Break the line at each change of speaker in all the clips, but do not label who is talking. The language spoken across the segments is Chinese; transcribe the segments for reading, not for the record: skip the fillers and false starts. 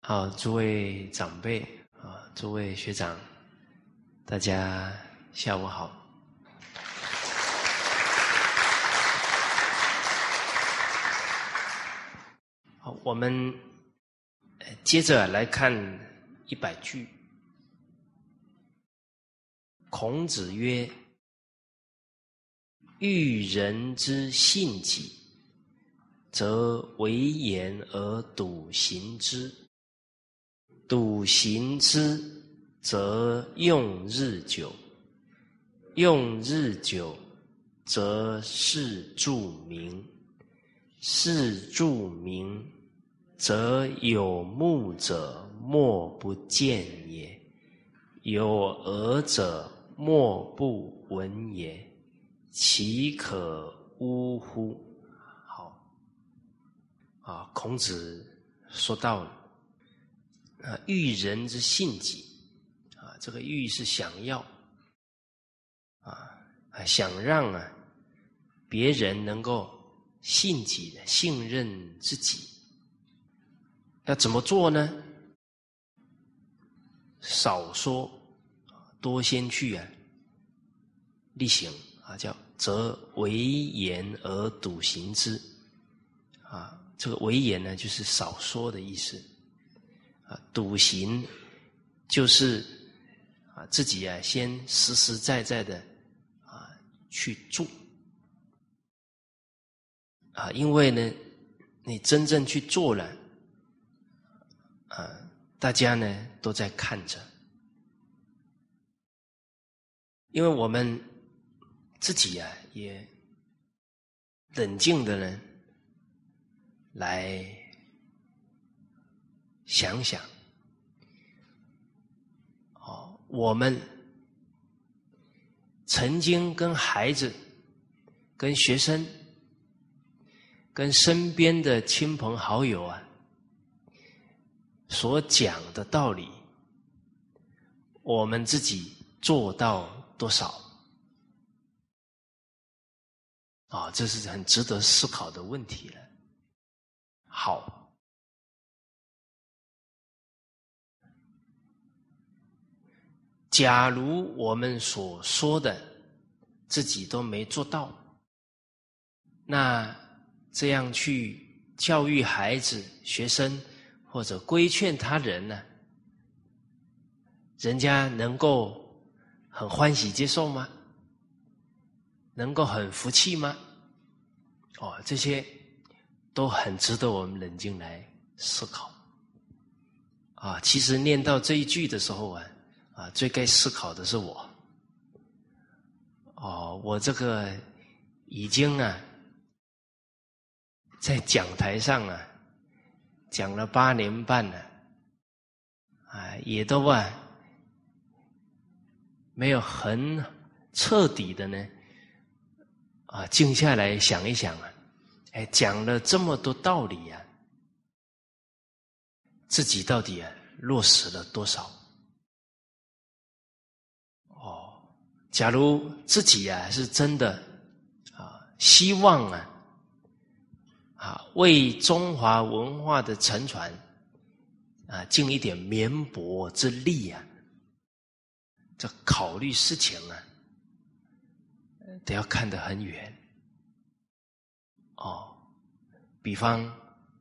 好，诸位长辈啊，诸位学长，大家下午好。好，我们接着来看100句。孔子曰：“欲人之信己，则为言而笃行之。笃行之，则用日久。用日久，则事著明。事著明，则有目者莫不见也，有耳者莫不闻也，其可呜乎？”好啊，孔子说到了欲人之信己啊，这个欲是想要想让别人能够信己的信任自己。要怎么做呢？少说多先去力行叫则为言而笃行之这个为言呢，就是少说的意思笃行就是自己先实实在在的去做因为呢，你真正去做了大家呢都在看着，因为我们自己也冷静的呢来想想我们曾经跟孩子、跟学生、跟身边的亲朋好友所讲的道理，我们自己做到多少这是很值得思考的问题了。好，假如我们所说的自己都没做到，那这样去教育孩子、学生或者规劝他人呢，人家能够很欢喜接受吗？能够很服气吗？这些都很值得我们冷静来思考其实念到这一句的时候最该思考的是我我这个已经在讲台上讲了8年半了也都没有很彻底的呢静下来想一想讲了这么多道理自己到底落实了多少假如自己是真的希望为中华文化的承传尽一点绵薄之力这考虑事情得要看得很远比方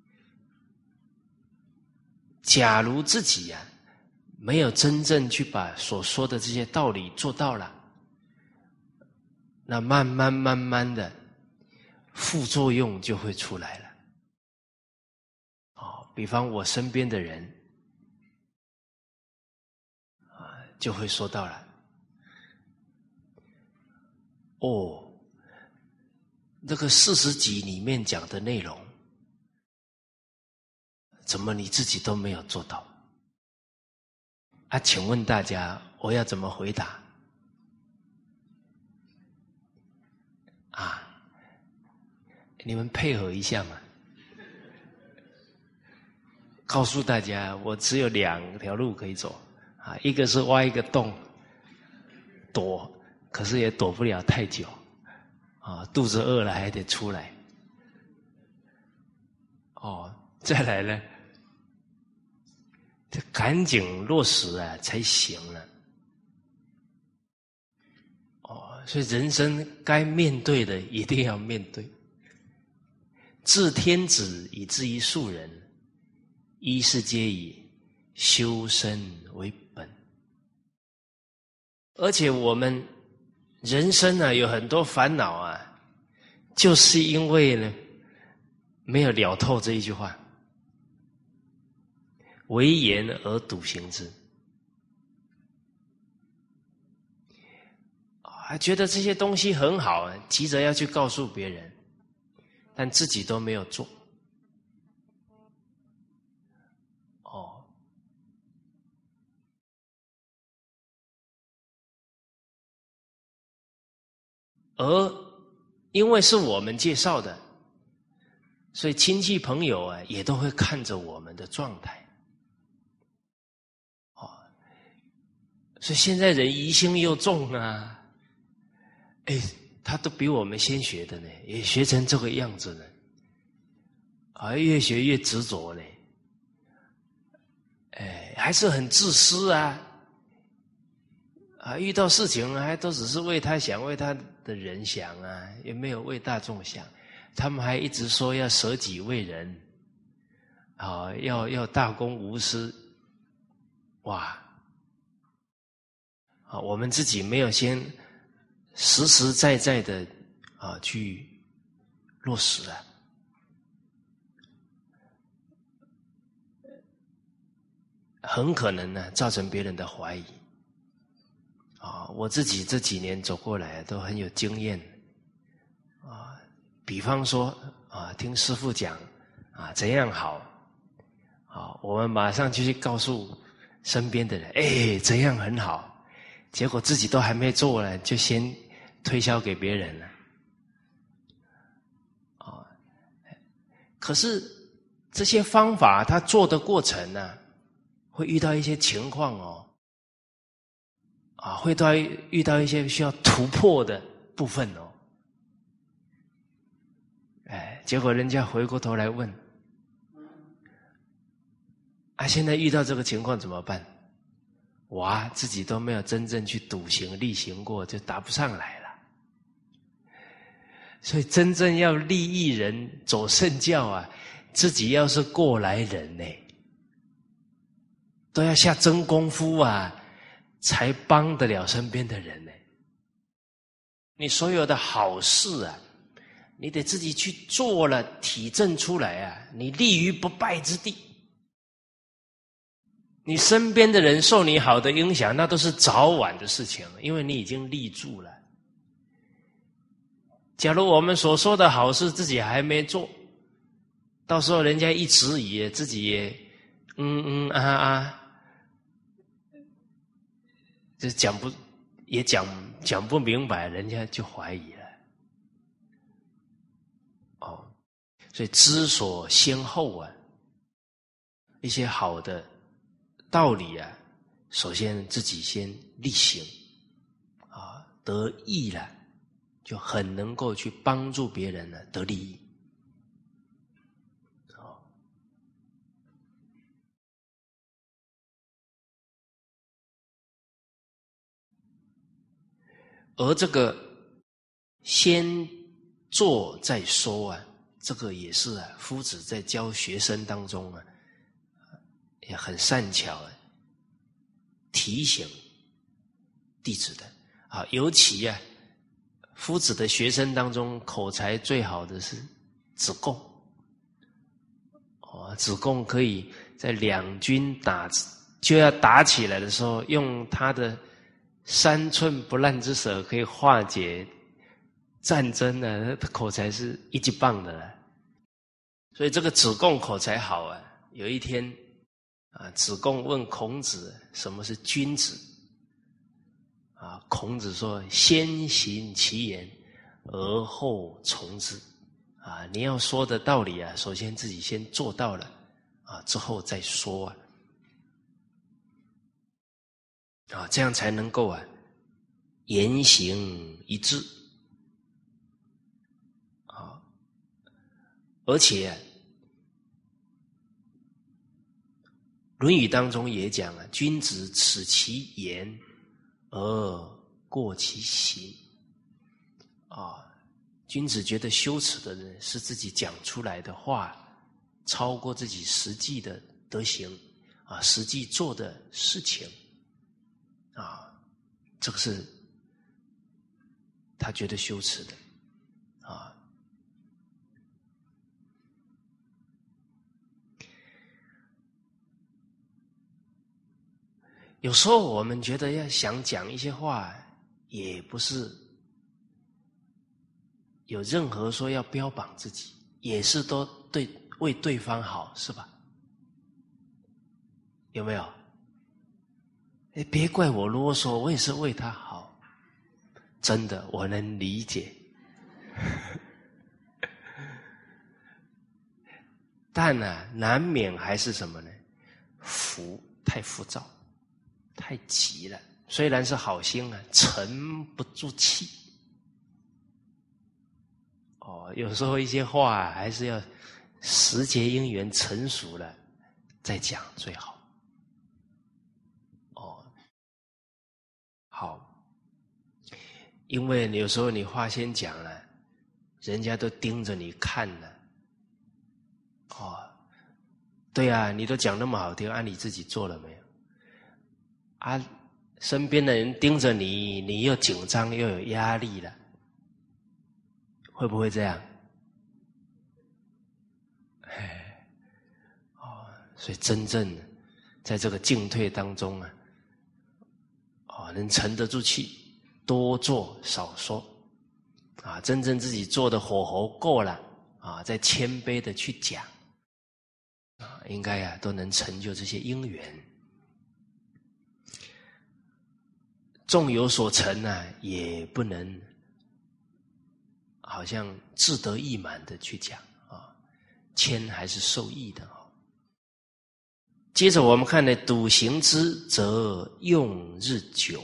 假如自己没有真正去把所说的这些道理做到了，那慢慢的副作用就会出来了比方我身边的人就会说到了这个40集里面讲的内容怎么你自己都没有做到请问大家我要怎么回答你们配合一下嘛，告诉大家我只有2条路可以走一个是挖一个洞躲，可是也躲不了太久肚子饿了还得出来再来呢这赶紧落实啊才行了。所以人生该面对的一定要面对。治天子以至于庶人，一是皆以修身为本。而且我们人生啊有很多烦恼啊，就是因为呢没有了透这一句话，为言而笃行之。还觉得这些东西很好，急着要去告诉别人，但自己都没有做。而因为是我们介绍的，所以亲戚朋友啊也都会看着我们的状态。所以现在人疑心又重啊，他都比我们先学的呢，也学成这个样子呢，越学越执着呢，还是很自私啊，遇到事情还都只是为他想，为他的人想啊，也没有为大众想。他们还一直说要舍己为人，要大公无私，哇！我们自己没有先实实在在的去落实啊，很可能呢造成别人的怀疑。我自己这几年走过来都很有经验比方说听师父讲怎样好我们马上就去告诉身边的人，怎样很好。结果自己都还没做呢，就先推销给别人了。可是这些方法他做的过程呢，会遇到一些情况会遇到一些需要突破的部分结果人家回过头来问，现在遇到这个情况怎么办？自己都没有真正去笃行力行过，就答不上来了。所以真正要利益人走圣教自己要是过来人呢，都要下真功夫才帮得了身边的人呢。你所有的好事你得自己去做了，体证出来你立于不败之地。你身边的人受你好的影响，那都是早晚的事情，因为你已经立住了。假如我们所说的好事自己还没做，到时候人家一质疑，自己也就讲不明白，人家就怀疑了。所以知所先后一些好的道理首先自己先力行得益了，就很能够去帮助别人得利益。而这个先做再说这个也是夫子在教学生当中也很善巧提醒弟子的尤其夫子的学生当中口才最好的是子贡。子贡可以在两军就要打起来的时候，用他的3寸不烂之舌可以化解战争他口才是一级棒的了。所以这个子贡口才好有一天子贡问孔子什么是君子孔子说先行其言而后从之你要说的道理首先自己先做到了之后再说这样才能够言行一致而且论语当中也讲啊，君子耻其言而过其行。君子觉得羞耻的人是自己讲出来的话超过自己实际的德行实际做的事情这个是他觉得羞耻的有时候我们觉得要想讲一些话，也不是有任何说要标榜自己，也是都为对方好，是吧？有没有？别怪我啰嗦，我也是为他好。真的，我能理解。但难免还是什么呢？太浮躁，太急了。虽然是好心沉不住气。有时候一些话还是要时节因缘成熟了再讲最好。好，因为有时候你话先讲了，人家都盯着你看了。对啊，你都讲那么好听，你自己做了没有？身边的人盯着你，你又紧张又有压力了，会不会这样？所以真正在这个进退当中能沉得住气，多做少说真正自己做的火候够了再谦卑的去讲应该都能成就这些因缘。纵有所成也不能好像自得意满的去讲谦还是受益的接着我们看呢，笃行之则用日久。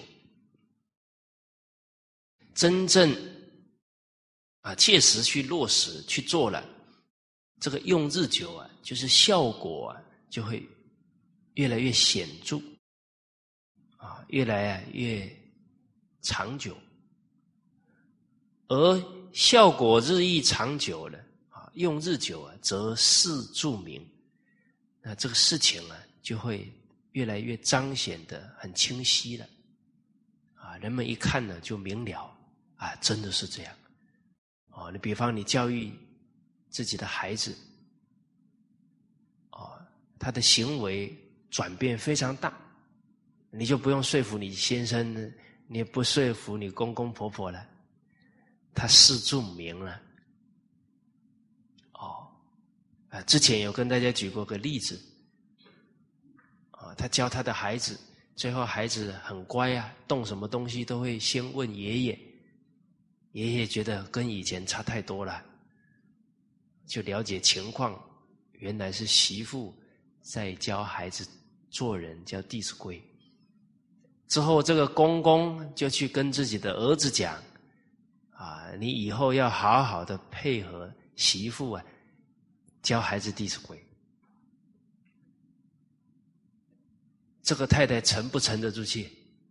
真正切实去落实去做了，这个用日久就是效果就会越来越显著越来越长久。而效果日益长久了用日久则事著明。那这个事情就会越来越彰显得很清晰了人们一看呢就明了真的是这样你比方你教育自己的孩子他的行为转变非常大，你就不用说服你先生，你也不说服你公公婆婆了，他事著明了之前有跟大家举过个例子他教他的孩子，最后孩子很乖动什么东西都会先问爷爷，爷爷觉得跟以前差太多了，就了解情况，原来是媳妇在教孩子做人，叫《弟子规》。之后这个公公就去跟自己的儿子讲你以后要好好的配合媳妇教孩子《弟子规》。这个太太沉不沉得住气？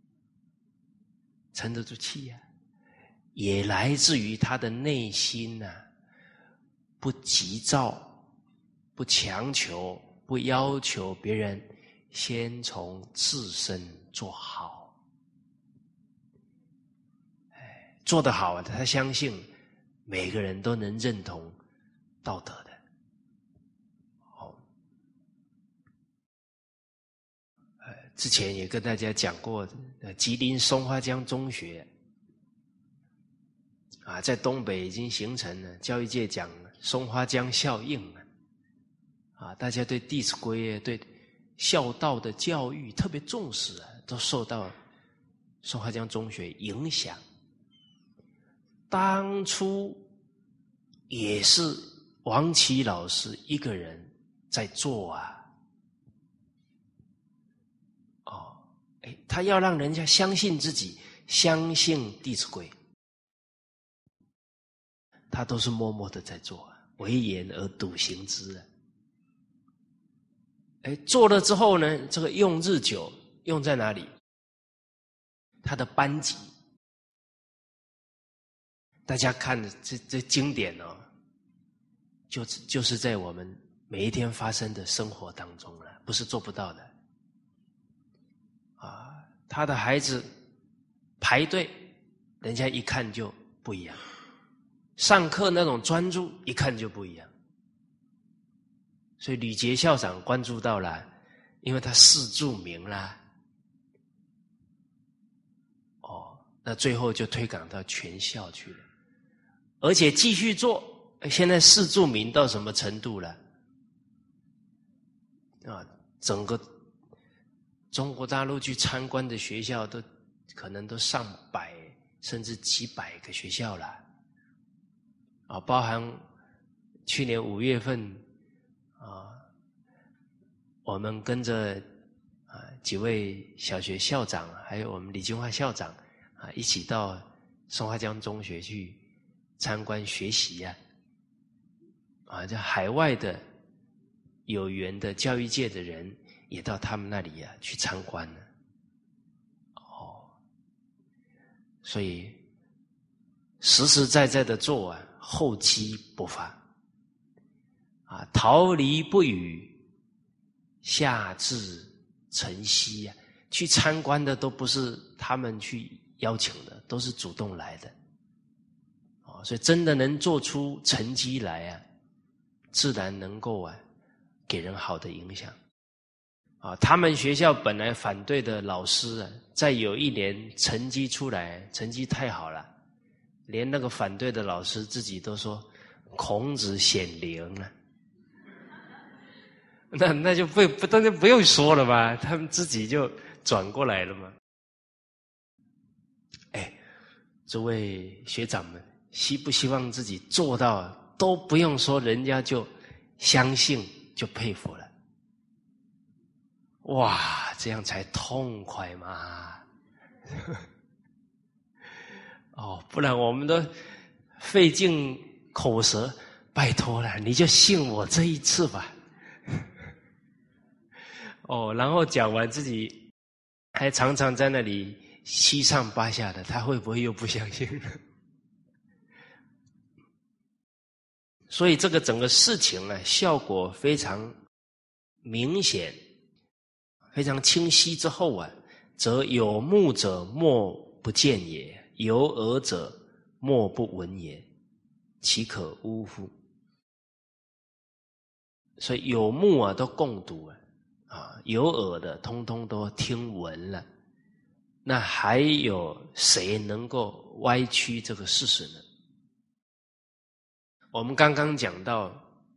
沉得住气也来自于她的内心不急躁，不强求，不要求别人，先从自身做好。做得好他相信每个人都能认同道德的。之前也跟大家讲过吉林松花江中学在东北已经形成了教育界讲松花江效应大家对《弟子规》对孝道的教育特别重视都受到松花江中学影响。当初也是王琦老师一个人在做他要让人家相信自己，相信《弟子规》，他都是默默的在做，为言而笃行之做了之后呢，这个用日久，用在哪里？他的班级。大家看这经典哦，就是在我们每一天发生的生活当中了，不是做不到的。他的孩子排队，人家一看就不一样；上课那种专注，一看就不一样。所以吕杰校长关注到了，因为他事著名啦。那最后就推广到全校去了，而且继续做。现在事著名到什么程度了？整个中国大陆去参观的学校都可能都上百甚至几百个学校了。包含去年5月份我们跟着几位小学校长，还有我们李金华校长一起到松花江中学去参观学习这海外的有缘的教育界的人也到他们那里去参观了。所以实实在在的做厚积不发桃李不语，下至晨曦去参观的都不是他们去邀请的，都是主动来的。所以真的能做出成绩来自然能够给人好的影响。他们学校本来反对的老师再有一年成绩出来，成绩太好了，连那个反对的老师自己都说孔子显灵了。那就当然不用说了吧，他们自己就转过来了嘛。诸位学长们，希不希望自己做到都不用说，人家就相信就佩服了？哇，这样才痛快嘛！不然我们都费尽口舌，拜托了，你就信我这一次吧。然后讲完自己还常常在那里七上八下的，他会不会又不相信了？所以这个整个事情效果非常明显，非常清晰之后则有目者莫不见也，有耳者莫不闻也，岂可呜乎？所以有目都共睹有耳的通通都听闻了，那还有谁能够歪曲这个事实呢？我们刚刚讲到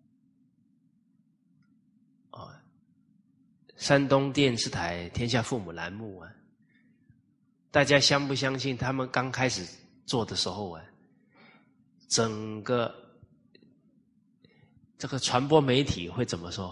山东电视台天下父母栏目大家相不相信他们刚开始做的时候整个这个传播媒体会怎么说？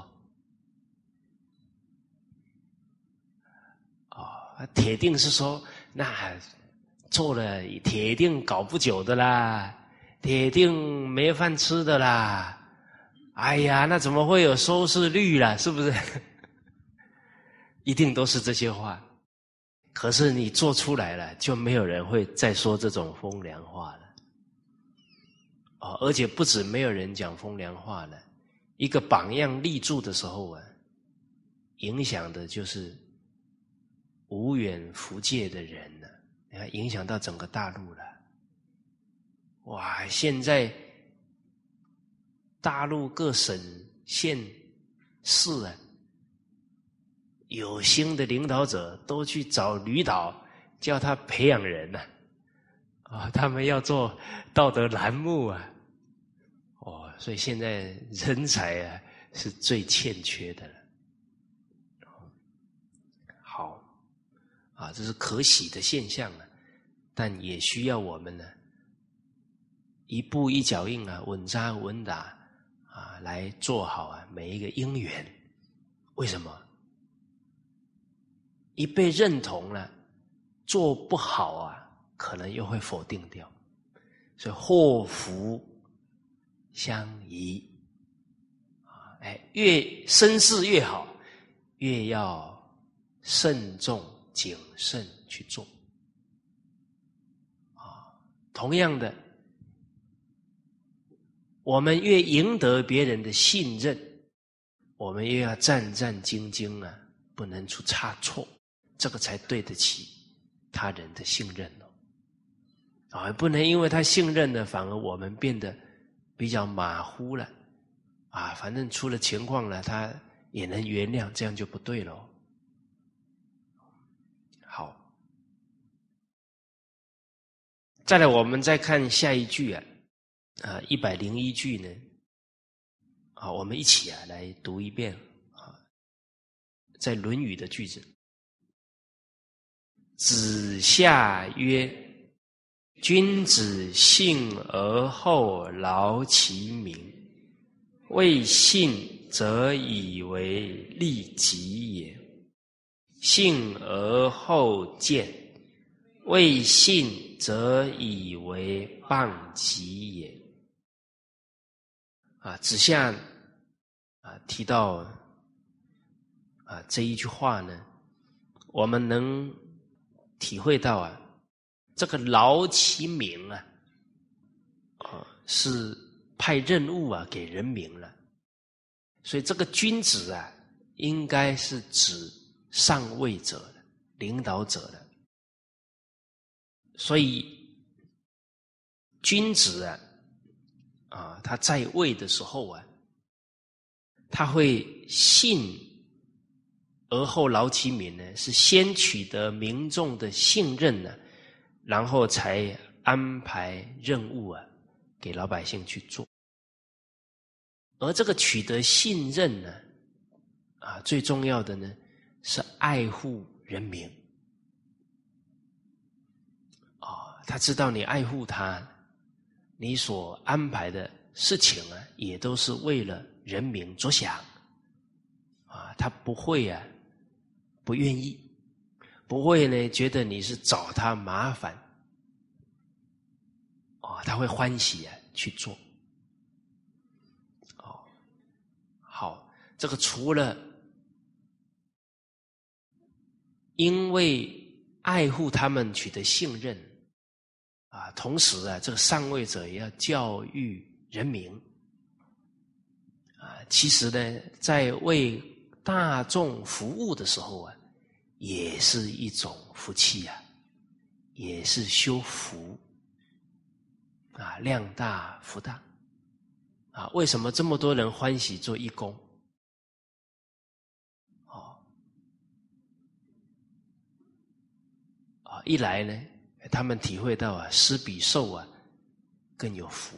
铁定是说，那做了铁定搞不久的啦，铁定没饭吃的啦。哎呀，那怎么会有收视率啦？是不是？一定都是这些话。可是你做出来了，就没有人会再说这种风凉话了。而且不止没有人讲风凉话了，一个榜样立住的时候影响的就是无远弗届的人了，影响到整个大陆了。哇，现在大陆各省县市有心的领导者都去找吕导，叫他培养人他们要做道德栏目所以现在人才是最欠缺的了。好这是可喜的现象但也需要我们一步一脚印稳扎稳打来做好每一个因缘。为什么？一被认同了，做不好可能又会否定掉，所以祸福相宜越绅士越好， 越要慎重谨慎去做。同样的，我们越赢得别人的信任，我们越要战战兢兢啊，不能出差错，这个才对得起他人的信任不能因为他信任了，反而我们变得比较马虎了反正出了情况了，他也能原谅，这样就不对了。好，再来我们再看下一句101句呢，我们一起来读一遍在《论语》的句子。子夏曰：君子信而后劳其民，未信则以为利己也；信而后见，未信则以为谤己也。子夏提到这一句话呢，我们能体会到这个劳其民是派任务给人民了，所以这个君子应该是指上位者的领导者的。所以君子他在位的时候他会信而后劳其民呢，是先取得民众的信任呢，然后才安排任务给老百姓去做。而这个取得信任呢最重要的呢是爱护人民他知道你爱护他，你所安排的事情也都是为了人民着想他不会不愿意，不会呢觉得你是找他麻烦他会欢喜去做好，这个除了因为爱护他们取得信任同时这个上位者也要教育人民其实呢在为大众服务的时候也是一种福气也是修福量大福大为什么这么多人欢喜做义工一来呢他们体会到施比受更有福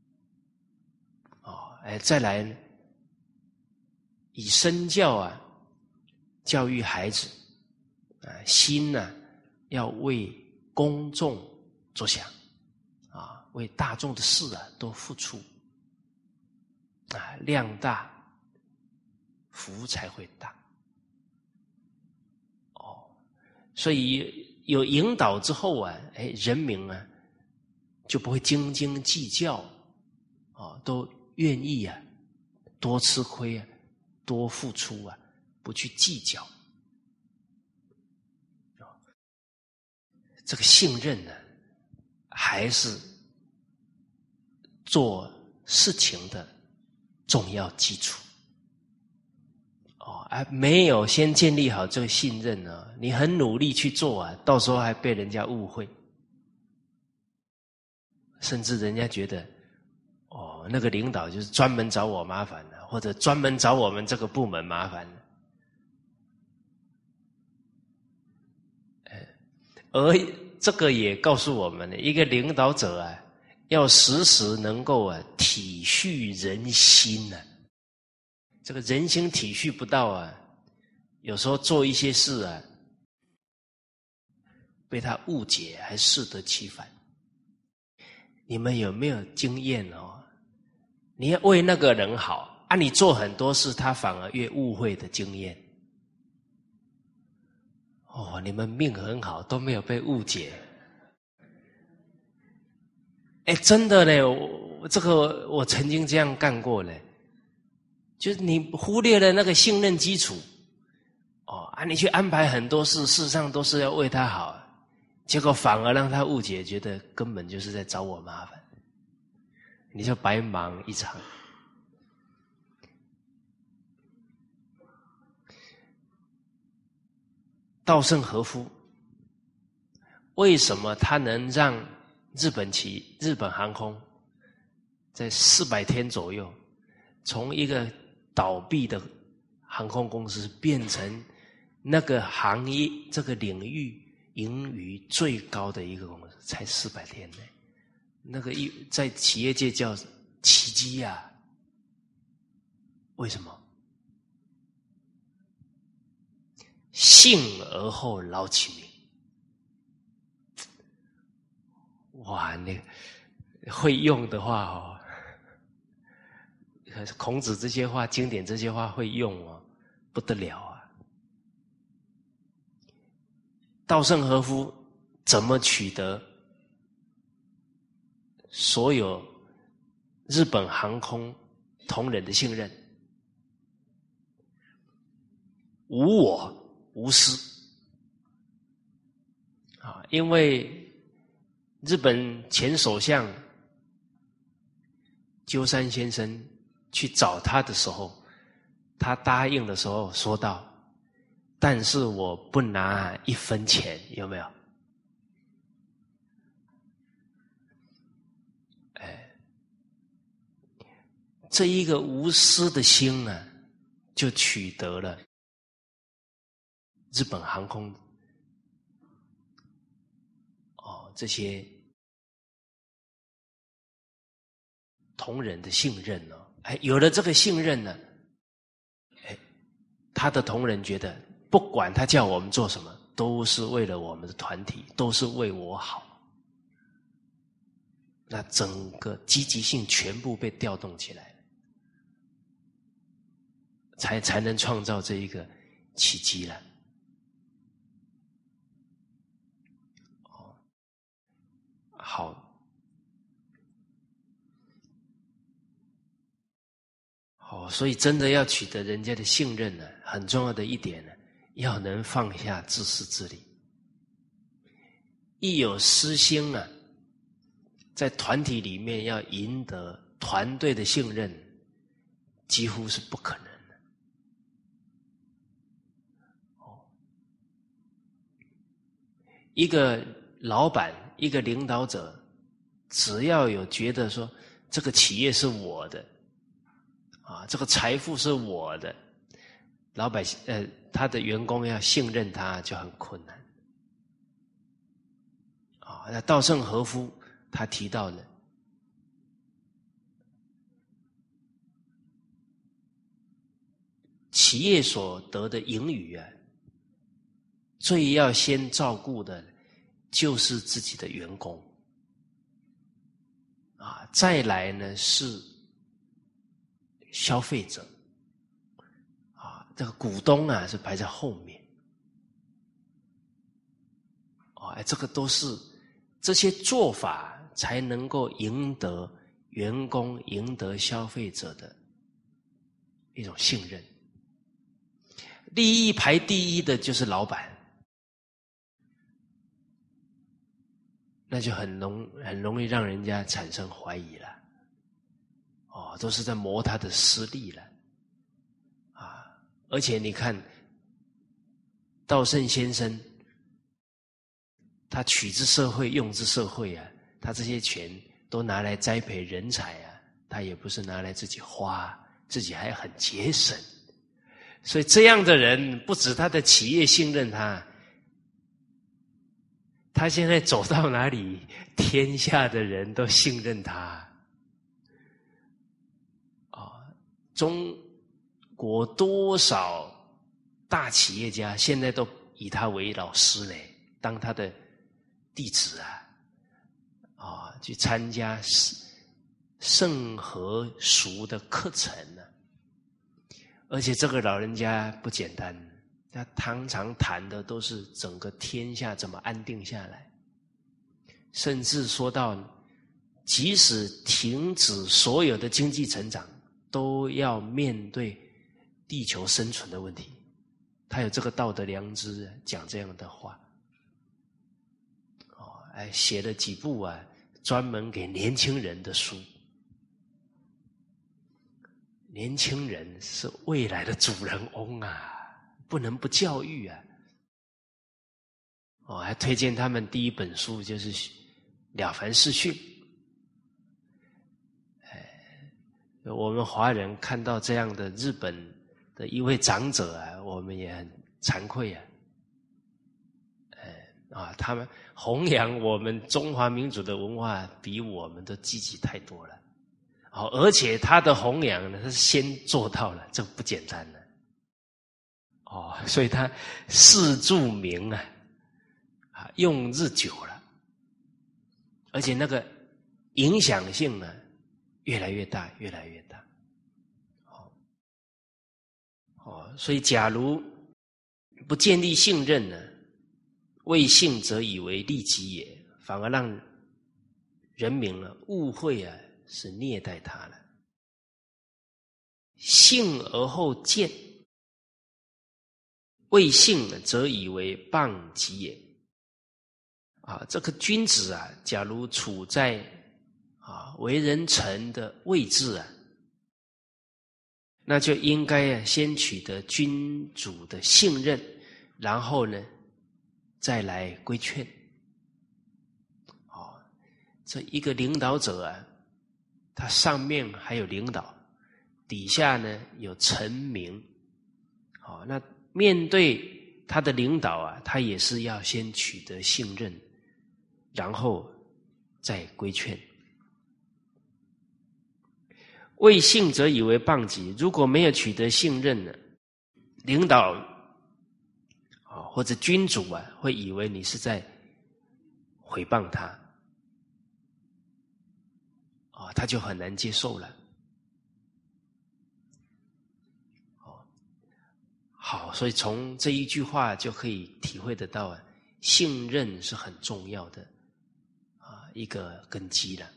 再来呢以身教教育孩子心要为公众着想为大众的事多付出量大福才会大所以有引导之后人民就不会斤斤计较都愿意多吃亏多付出不去计较这个信任呢还是做事情的重要基础没有先建立好这个信任呢，你很努力去做到时候还被人家误会，甚至人家觉得那个领导就是专门找我麻烦的，或者专门找我们这个部门麻烦的。而这个也告诉我们一个领导者要时时能够体恤人心这个人心体恤不到有时候做一些事被他误解还适得其反。你们有没有经验你要为那个人好你做很多事他反而越误会的经验你们命很好都没有被误解真的呢这个我曾经这样干过呢，就是你忽略了那个信任基础你去安排很多事，事实上都是要为他好，结果反而让他误解，觉得根本就是在找我麻烦，你就白忙一场。稻盛和夫为什么他能让日本航空在400天左右从一个倒闭的航空公司变成那个行业这个领域盈余最高的一个公司？才400天呢，那个在企业界叫奇迹啊！为什么？幸而后劳其民。哇，那个会用的话哦，孔子这些话、经典这些话会用哦，不得了啊！稻盛和夫怎么取得所有日本航空同仁的信任？无我无私啊！因为日本前首相鸠山先生去找他的时候，他答应的时候说道：“但是我不拿1分钱。”有没有？这一个无私的心啊，就取得了日本航空这些同仁的信任哦。有了这个信任呢，他的同仁觉得不管他叫我们做什么，都是为了我们的团体，都是为我好。那整个积极性全部被调动起来了，才能创造这一个奇迹了。好，所以真的要取得人家的信任呢，很重要的一点呢，要能放下自私自利。一有私心啊，在团体里面要赢得团队的信任，几乎是不可能的。一个老板，一个领导者，只要有觉得说这个企业是我的啊，这个财富是我的，老百姓他的员工要信任他就很困难。那稻盛和夫他提到了企业所得的盈余啊，最要先照顾的就是自己的员工啊，再来呢是消费者啊，这个股东啊是排在后面。这个都是这些做法才能够赢得员工、赢得消费者的一种信任。利益排第一的就是老板，那就很容易让人家产生怀疑了。都是在磨他的私利了。而且你看稻盛先生，他取之社会，用之社会啊，他这些钱都拿来栽培人才啊，他也不是拿来自己花，自己还很节省。所以这样的人，不止他的企业信任他，他现在走到哪里，天下的人都信任他。中国多少大企业家现在都以他为老师呢，当他的弟子去参加圣和塾的课程呢。而且这个老人家不简单，他常常谈的都是整个天下怎么安定下来，甚至说到即使停止所有的经济成长，都要面对地球生存的问题。 他有这个道德良知讲这样的话。写了几部专门给年轻人的书。年轻人是未来的主人翁不能不教育还推荐他们第一本书就是《了凡四训》。我们华人看到这样的日本的一位长者我们也很惭愧他们弘扬我们中华民族的文化比我们都积极太多了。而且他的弘扬呢，他是先做到了，这不简单了。所以他世著名用日久了，而且那个影响性呢越来越大，越来越大。所以假如不建立信任呢，未信则以为利己也，反而让人民误会是虐待他了。信而后见，未信则以为谤己也。这个君子假如处在为人臣的位置那就应该先取得君主的信任，然后呢再来规劝。这一个领导者他上面还有领导，底下呢有臣民。那面对他的领导他也是要先取得信任，然后再规劝。未信则以为谤己，如果没有取得信任呢，领导或者君主会以为你是在诽谤他，他就很难接受了。好，所以从这一句话就可以体会得到信任是很重要的一个根基了。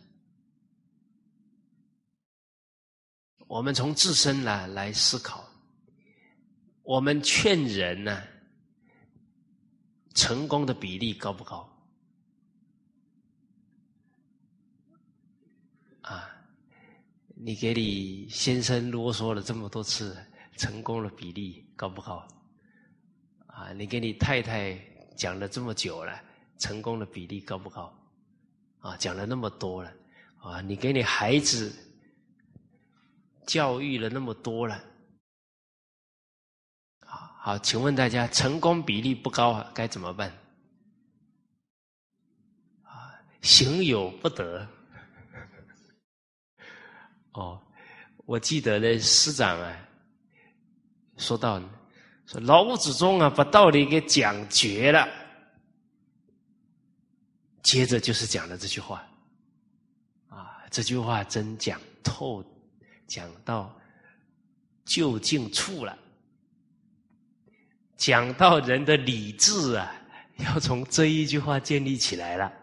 我们从自身来思考，我们劝人成功的比例高不高？你给你先生啰嗦了这么多次，成功的比例高不高？你给你太太讲了这么久了，成功的比例高不高？讲了那么多了你给你孩子教育了那么多了，好，请问大家成功比例不高该怎么办？行有不得。我记得呢，师长说到说老子中把道理给讲绝了，接着就是讲了这句话这句话真讲透，讲到究竟处了，讲到人的理智要从这一句话建立起来了。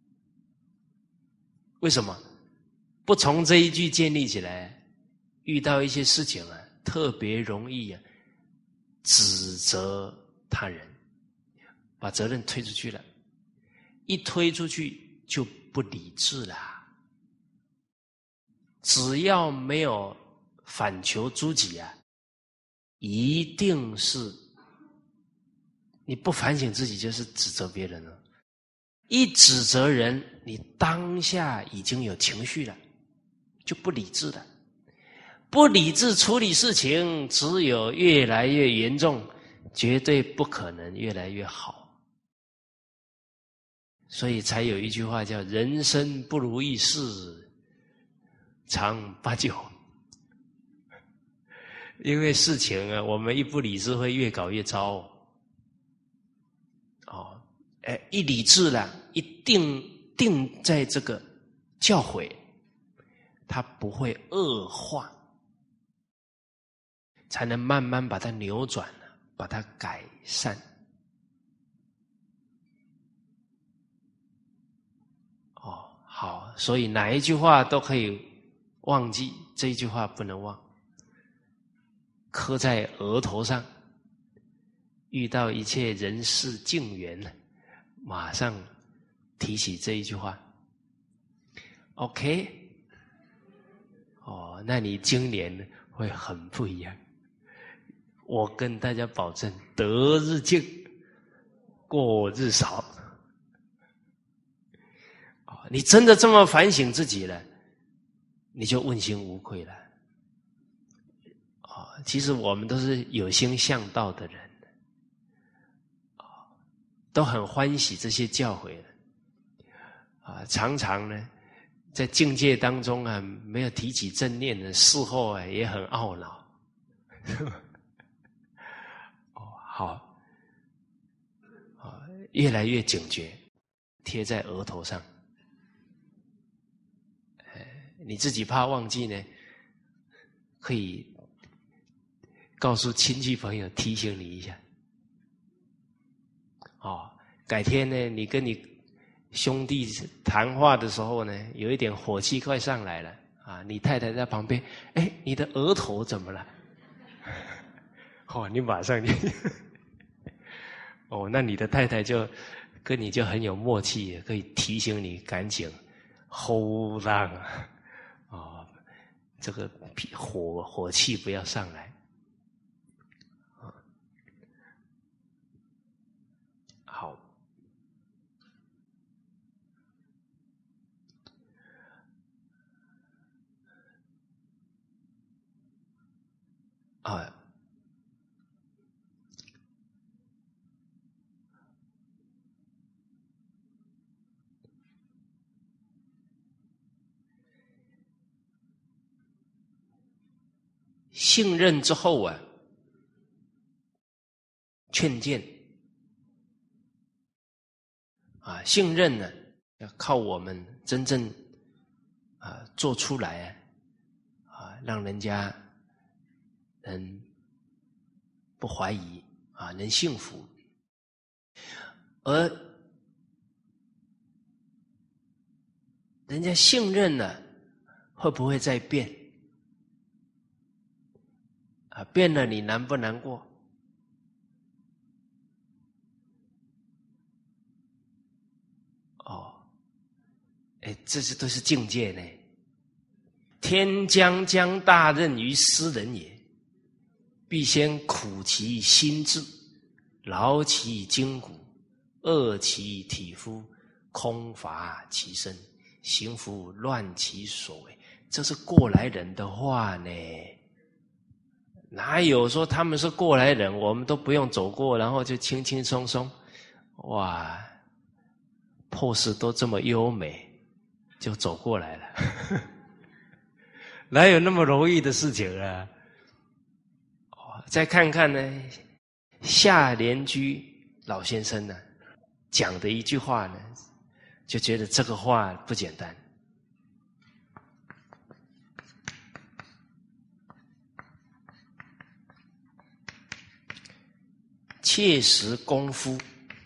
为什么不从这一句建立起来，遇到一些事情特别容易指责他人，把责任推出去了，一推出去就不理智了。只要没有反求诸己一定是你不反省自己就是指责别人了。一指责人，你当下已经有情绪了，就不理智了。不理智处理事情，只有越来越严重，绝对不可能越来越好。所以才有一句话叫人生不如意事常八九。因为事情我们一不理智会越搞越糟一理智了，一定在这个教诲，它不会恶化，才能慢慢把它扭转，把它改善。好，所以哪一句话都可以忘记，这一句话不能忘，刻在额头上。 遇到一切人事境缘，马上提起这一句话 OK， 那你今年会很不一样，我跟大家保证，得日进，过日少。你真的这么反省自己了，你就问心无愧了。其实我们都是有心向道的人，都很欢喜这些教诲的。常常呢，在境界当中啊，没有提起正念的，事后啊也很懊恼。好，越来越警觉，贴在额头上。你自己怕忘记呢，可以告诉亲戚朋友提醒你一下。改天呢，你跟你兄弟谈话的时候呢，有一点火气快上来了你太太在旁边，你的额头怎么了？你马上那你的太太就跟你就很有默契，可以提醒你赶紧 hold on 这个火气不要上来。好，信任之后劝谏信任呢，要靠我们真正做出来让人家能不怀疑能信服，而人家信任了，会不会再变？变了你难不难过？这些都是境界呢。天将降大任于斯人也，必先苦其心志，劳其筋骨，饿其体肤，空乏其身，行拂乱其所为。这是过来人的话呢。哪有说他们是过来人，我们都不用走过，然后就轻轻松松，哇，pose都这么优美，就走过来了。哪有那么容易的事情啊？再看看呢，夏莲居老先生呢讲的一句话呢，就觉得这个话不简单。切实功夫，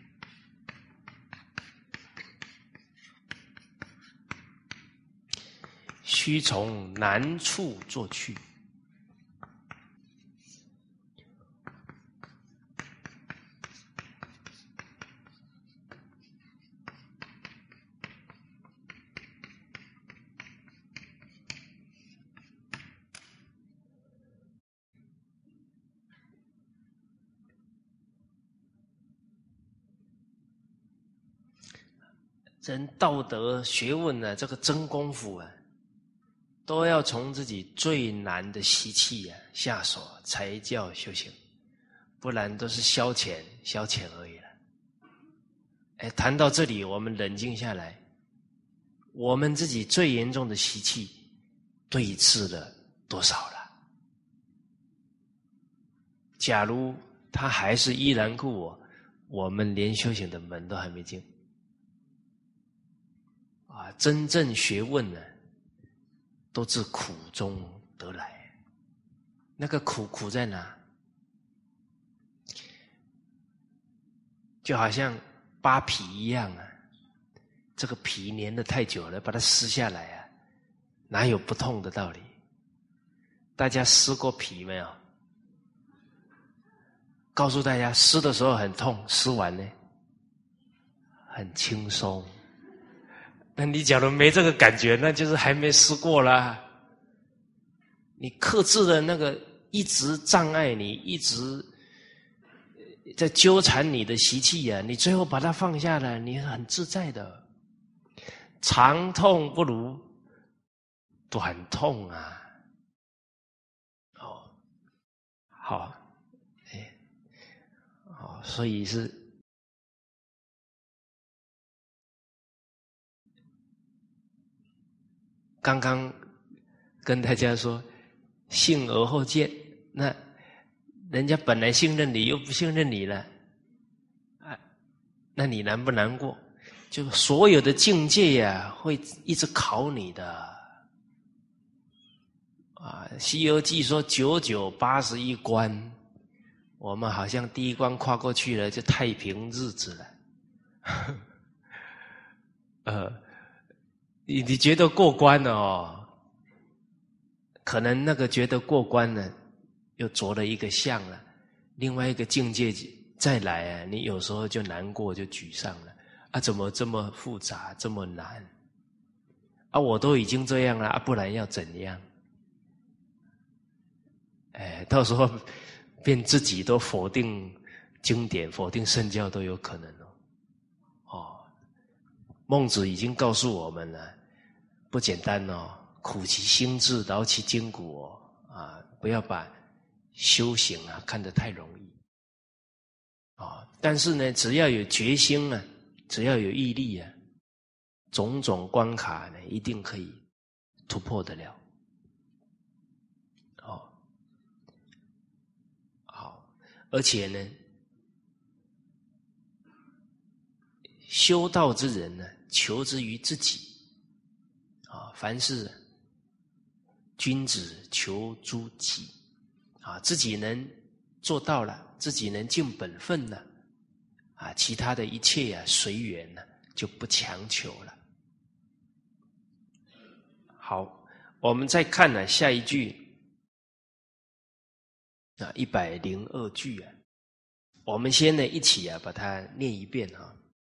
须从难处做去。人道德学问这个真功夫都要从自己最难的习气下手才叫修行，不然都是消遣而已了。谈到这里，我们冷静下来，我们自己最严重的习气对治了多少了？假如他还是依然故我们连修行的门都还没进。真正学问呢，都自苦中得来。那个苦在哪？就好像扒皮一样这个皮粘得太久了，把它撕下来哪有不痛的道理？大家撕过皮没有？ 告诉大家，施的时候很痛，施完呢很轻松。那你假如没这个感觉，那就是还没施过啦。你克制的那个一直障碍你，一直在纠缠你的习气啊，你最后把它放下来，你很自在的。长痛不如短痛啊！哦，好，好，所以是刚刚跟大家说，信而后见，那人家本来信任你，又不信任你了，啊，那你难不难过？就所有的境界呀，会一直考你的。啊，《西游记》说9981关，我们好像第一关跨过去了，就太平日子了。你觉得过关了哦？可能那个觉得过关了，又着了一个相了，另外一个境界再来啊，你有时候就难过，就沮丧了。啊，怎么这么复杂，这么难？啊，我都已经这样了，啊，不然要怎样？到时候变自己都否定经典、否定圣教都有可能哦。孟子已经告诉我们了，不简单哦，苦其心志，劳其筋骨哦。啊，不要把修行啊看得太容易啊。但是呢，只要有决心啊，只要有毅力啊，种种关卡呢，一定可以突破得了。哦，好，而且呢，修道之人呢，求之于自己啊。凡事君子求诸己啊，自己能做到了，自己能尽本分了啊，其他的一切啊随缘了，就不强求了。好，我们再看呢下一句啊，102句啊，我们先呢一起啊把它念一遍啊。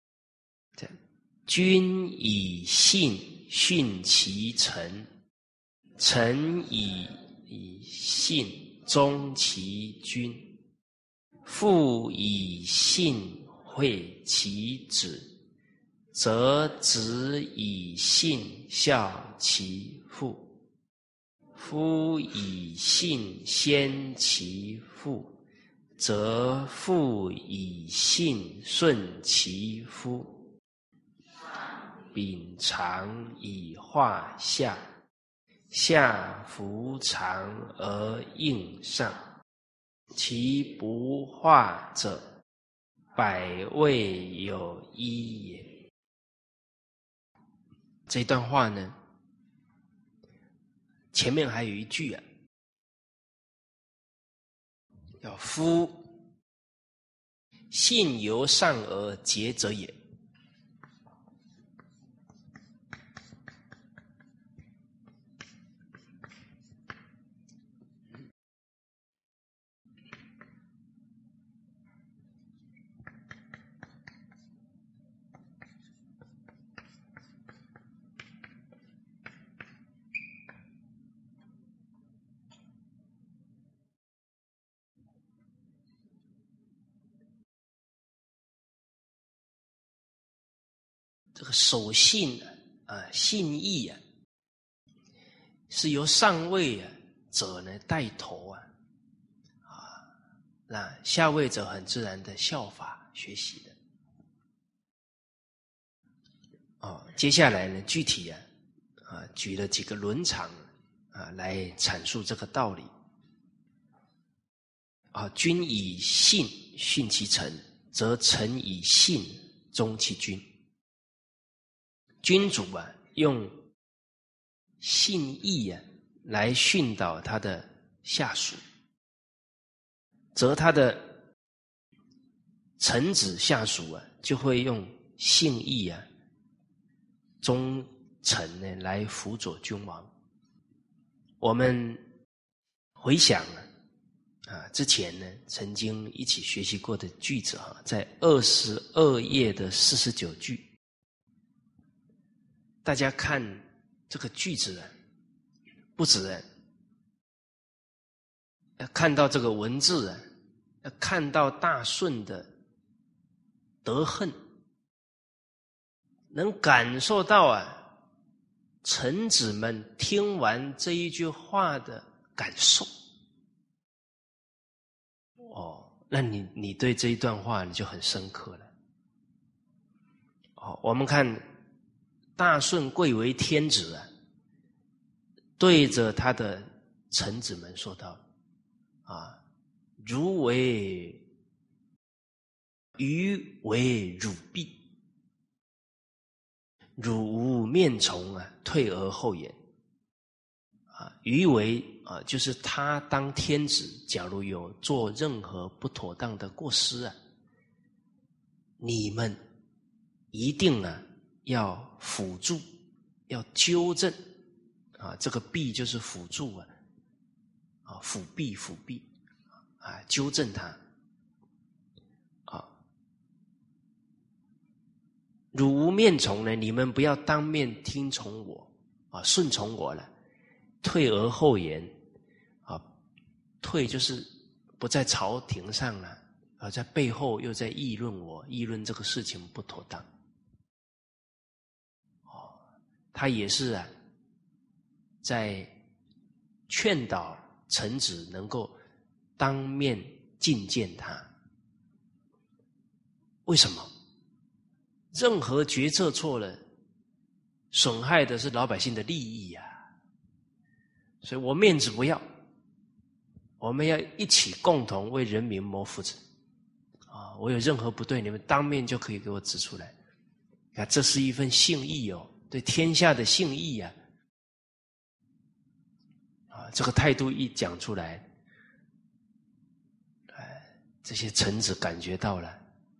君以信训其臣，臣以信忠其君，父以信惠其子，则子以信孝其父。夫以信先其父，则父以信顺其夫。秉常以化下，下弗常而应上。其不化者，百未有一也。这段话呢，前面还有一句啊，叫夫信由上而结者也。这个守信啊，信义啊，是由上位者呢带头啊，那下位者很自然的效法学习的。接下来呢，具体举了几个伦常来阐述这个道理。君以信训其臣，则臣以信忠其君。君主用信义来训导他的下属，则他的臣子下属就会用信义忠诚呢来辅佐君王。我们回想之前呢曾经一起学习过的句子在22页的49句，大家看这个句子不止要看到这个文字要看到大顺的德恨，能感受到臣子们听完这一句话的感受。那你对这一段话你就很深刻了。我们看大顺贵为天子对着他的臣子们说道如为余为汝婢，汝无面从退而后言。余为就是他当天子，假如有做任何不妥当的过失你们一定要辅助，要纠正这个弊就是辅助辅弊纠正他汝无面从呢，你们不要当面听从我顺从我了，退而后言退就是不在朝廷上了在背后又在议论我，议论这个事情不妥当他也是在劝导臣子能够当面进谏他。为什么？任何决策错了，损害的是老百姓的利益所以我面子不要，我们要一起共同为人民谋福祉我有任何不对，你们当面就可以给我指出来。看，这是一份信义对天下的信义这个态度一讲出来这些臣子感觉到了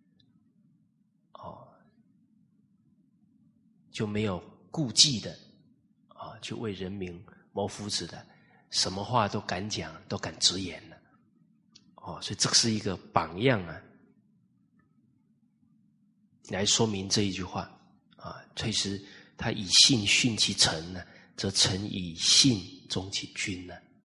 就没有顾忌的去为人民谋福祉的，什么话都敢讲，都敢直言了所以这是一个榜样来说明这一句话确实他以信训其臣则臣以信忠其君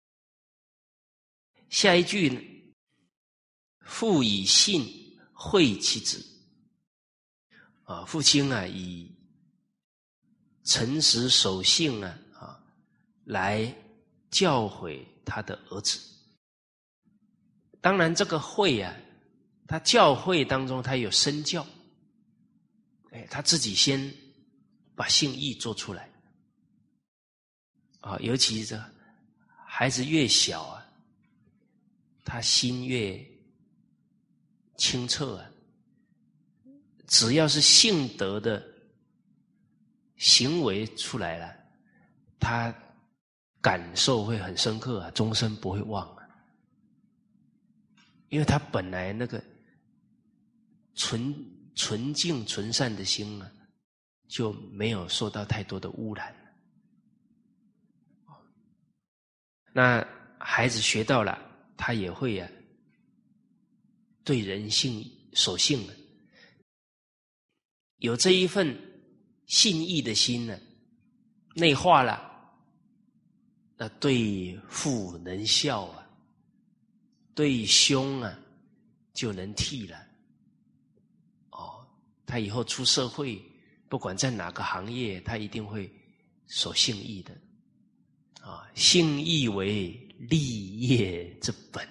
下一句呢，父以信惠其子父亲以诚实守信来教诲他的儿子。当然这个诲他教诲当中他有身教他自己先把信义做出来尤其这孩子越小他心越清澈只要是信德的行为出来了，他感受会很深刻终身不会忘因为他本来那个纯净纯善的心就没有受到太多的污染那孩子学到了，他也会对人性守信有这一份信义的心内化了，那对父能孝对兄就能悌了他以后出社会不管在哪个行业他一定会守信义的信义为立业之本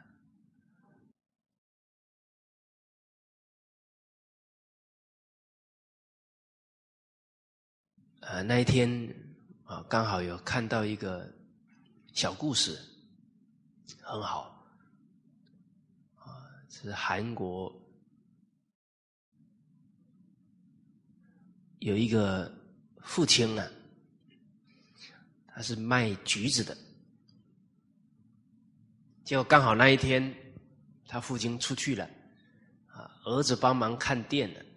那一天刚好有看到一个小故事很好是韩国有一个父亲他是卖橘子的，结果刚好那一天他父亲出去了儿子帮忙看店了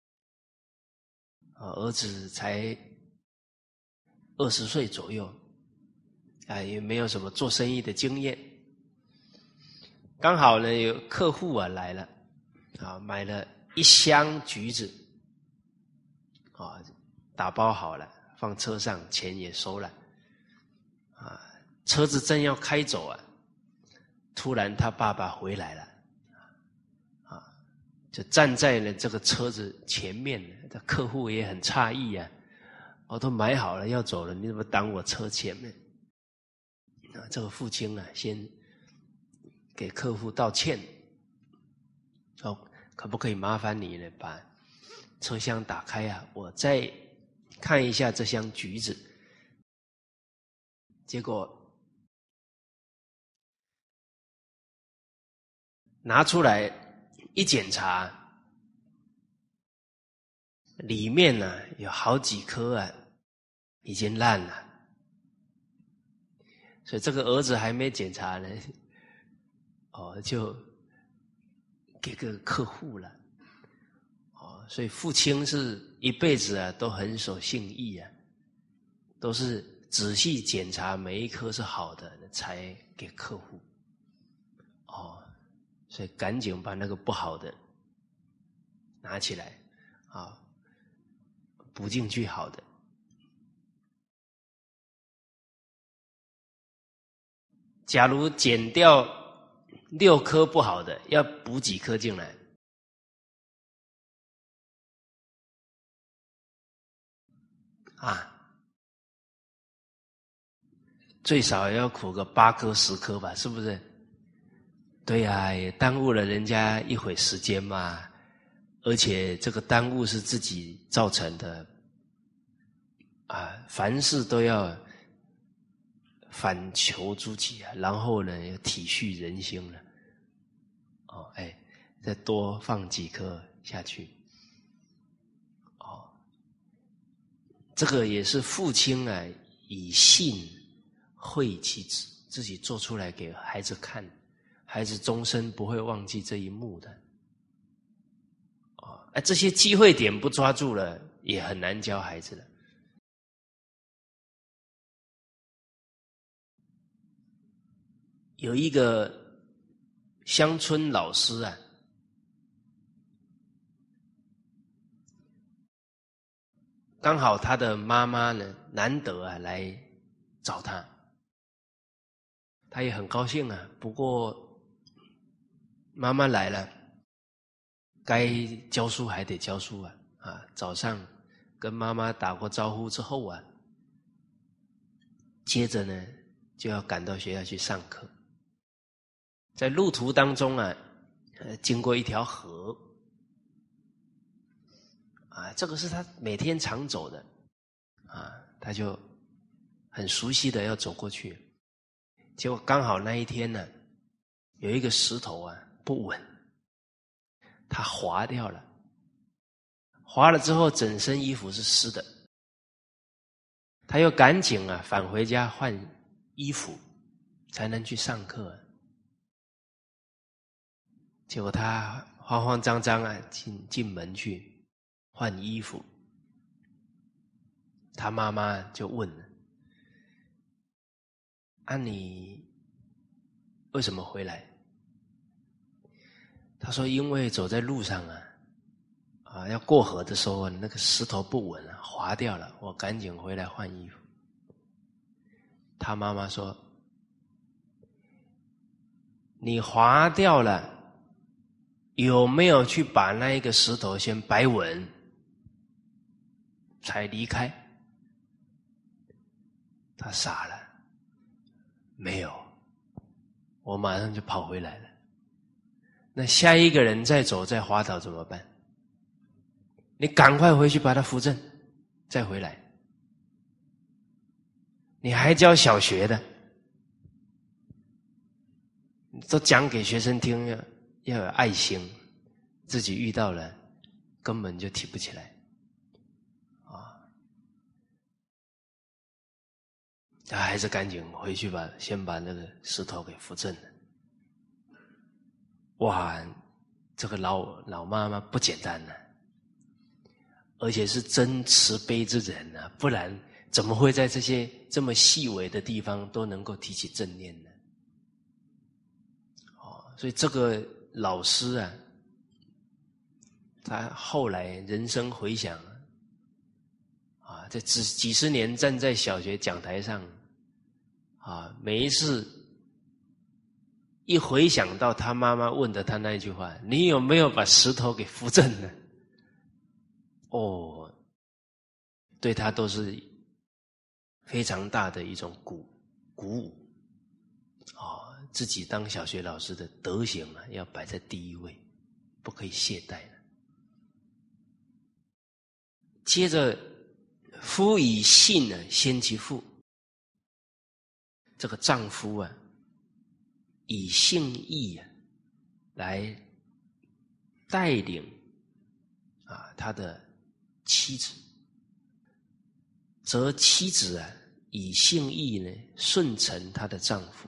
儿子才20岁左右也没有什么做生意的经验刚好呢有客户啊来了，啊买了1箱橘子，啊打包好了放车上，钱也收了，啊车子正要开走啊，突然他爸爸回来了，啊就站在了这个车子前面，这客户也很诧异啊，我都买好了要走了，你怎么挡我车前面？啊这个父亲啊先给客户道歉，说可不可以麻烦你呢把车厢打开啊，我再看一下这箱橘子。结果拿出来一检查，里面呢有好几颗啊已经烂了，所以这个儿子还没检查呢，就给个客户了。所以父亲是一辈子啊都很守信义啊，都是仔细检查每一颗是好的才给客户。所以赶紧把那个不好的拿起来啊，补进去好的。假如减掉6颗不好的，要补几颗进来？最少要苦个8颗10颗吧，是不是？对呀，也耽误了人家一会时间嘛，而且这个耽误是自己造成的凡事都要反求诸己啊，然后呢要体恤人心了。再多放几颗下去。这个也是父亲啊以信惠其子，自己做出来给孩子看，孩子终身不会忘记这一幕的。这些机会点不抓住了，也很难教孩子了。有一个乡村老师啊，刚好他的妈妈呢难得啊来找他，他也很高兴啊。不过妈妈来了，该教书还得教书啊。早上跟妈妈打过招呼之后啊，接着呢就要赶到学校去上课。在路途当中啊，经过一条河这个是他每天常走的他就很熟悉的要走过去。结果刚好那一天呢，有一个石头不稳，他滑掉了，滑了之后整身衣服是湿的，他又赶紧返回家换衣服才能去上课。结果他慌慌张张进门去换衣服，他妈妈就问了：你为什么回来？他说因为走在路上要过河的时候那个石头不稳滑掉了，我赶紧回来换衣服。他妈妈说：你滑掉了，有没有去把那一个石头先摆稳才离开？他傻了，没有，我马上就跑回来了。那下一个人再走再滑倒怎么办？你赶快回去把他扶正，再回来。你还教小学的，都讲给学生听，要有爱心，自己遇到了根本就提不起来他还是赶紧回去先把那个石头给扶正了。哇，这个老妈妈不简单而且是真慈悲之人不然怎么会在这些这么细微的地方都能够提起正念呢？所所以这个老师啊，他后来人生回想啊，这几十年站在小学讲台上啊，每一次一回想到他妈妈问的他那一句话，你有没有把石头给扶正呢？哦，对他都是非常大的一种鼓舞啊，自己当小学老师的德行啊，要摆在第一位，不可以懈怠的。接着，夫以信呢先其父，这个丈夫啊，以信义啊来带领啊他的妻子，则妻子啊以信义呢顺承她的丈夫。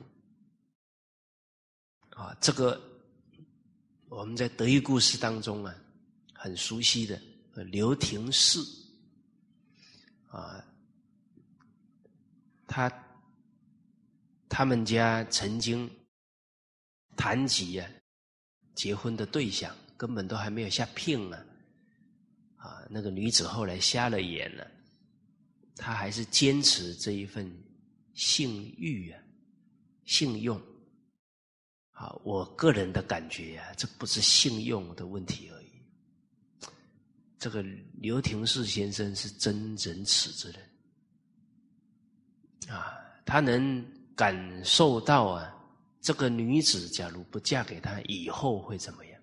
啊，这个我们在德育故事当中啊很熟悉的刘廷氏啊，他们家曾经谈及啊结婚的对象，根本都还没有下聘啊，那个女子后来瞎了眼了，她还是坚持这一份性欲啊性用啊，我个人的感觉啊，这不是性用的问题而已。这个刘廷氏先生是真仁慈之人啊，他能感受到啊，这个女子假如不嫁给他，以后会怎么样？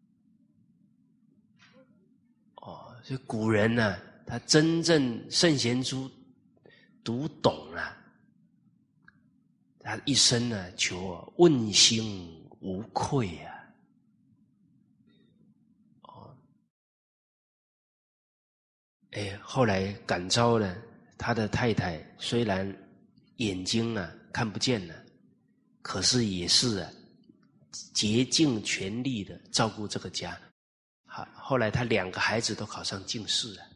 哦，所以古人呢，他真正圣贤书读懂了，他一生呢求问心无愧啊。后来感召了他的太太，虽然眼睛啊看不见了，可是也是啊竭尽全力的照顾这个家。好，后来他2个孩子都考上进士了。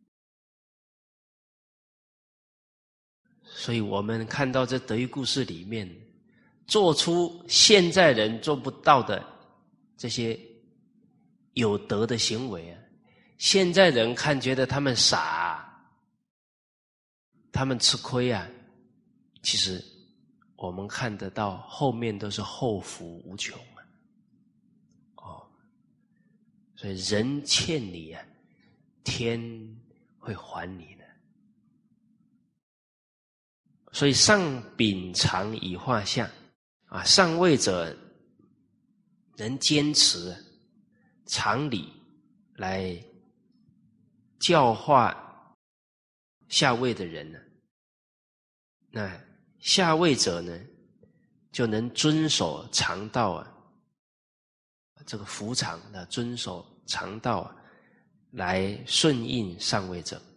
所以我们看到这德育故事里面，做出现在人做不到的这些有德的行为啊，现在人看觉得他们傻，他们吃亏啊，其实我们看得到后面都是后福无穷啊。所以人欠你啊，天会还你的。所以上秉常以化下啊，上位者能坚持常理来教化下位的人呢，那下位者呢就能遵守常道啊，这个福常的遵守常道啊，来顺应上位者。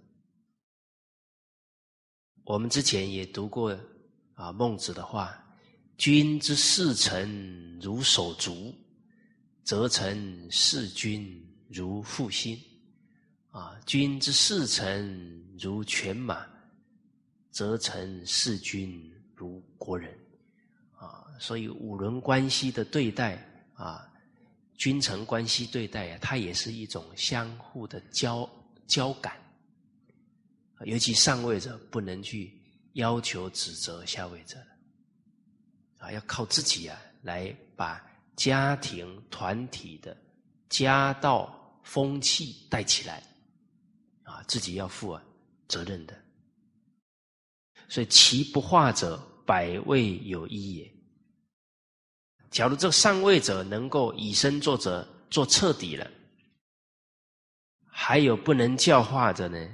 我们之前也读过啊孟子的话：君之视臣如手足，则臣视君如父心。君之视臣如犬马，则臣视君如国人。所以五伦关系的对待啊，君臣关系对待啊，它也是一种相互的交感。尤其上位者不能去要求指责下位者要靠自己来把家庭团体的家道风气带起来自己要负责任的。所以其不化者，百位有一也。假如这个上位者能够以身作则，做彻底了，还有不能教化的呢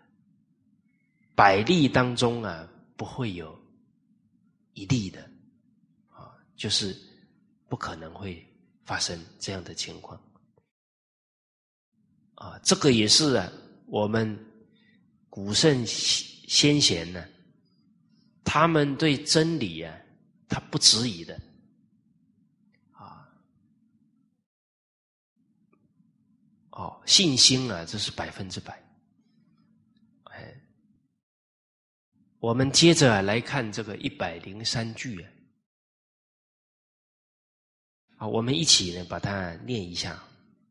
，100例当中不会有1例的就是不可能会发生这样的情况这个也是我们古圣先贤呢，他们对真理他不质疑的信心这是100%。我们接着来看这个103句好，我们一起呢把它念一下。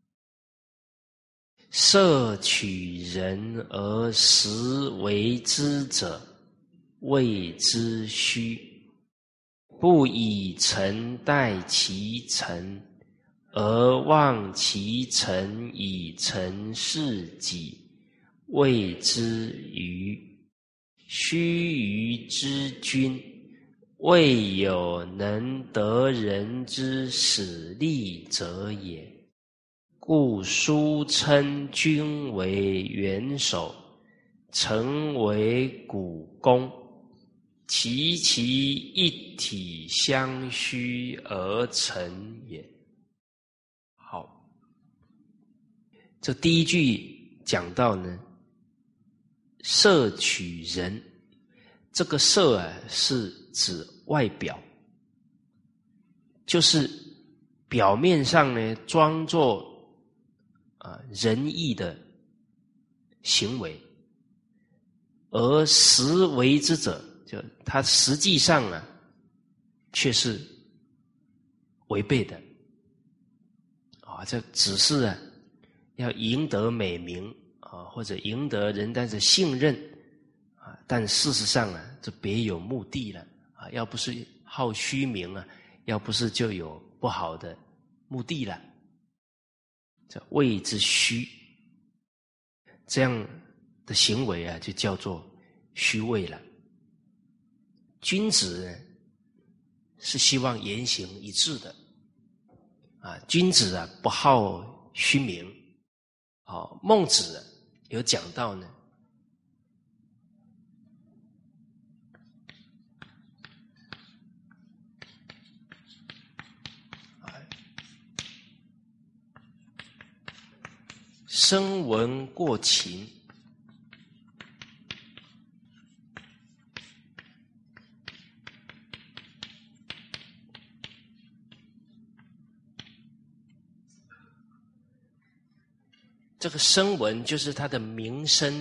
摄取人而实为之者，谓之虚。不以诚待其诚，而忘其诚以诚事己，谓之愚。须臾之君，未有能得人之使力者也。故书称君为元首，臣为股肱，其一体相虚而成也。好，这第一句讲到呢，摄取人，这个摄啊是指外表，就是表面上呢装作仁义的行为，而实为之者，就他实际上啊却是违背的这只是要赢得美名或者赢得人家的信任但事实上这别有目的了要不是好虚名要不是就有不好的目的了。这谓之虚，这样的行为就叫做虚伪了。君子是希望言行一致的君子不好虚名孟子有讲到呢，声闻过勤，这个声闻就是他的名声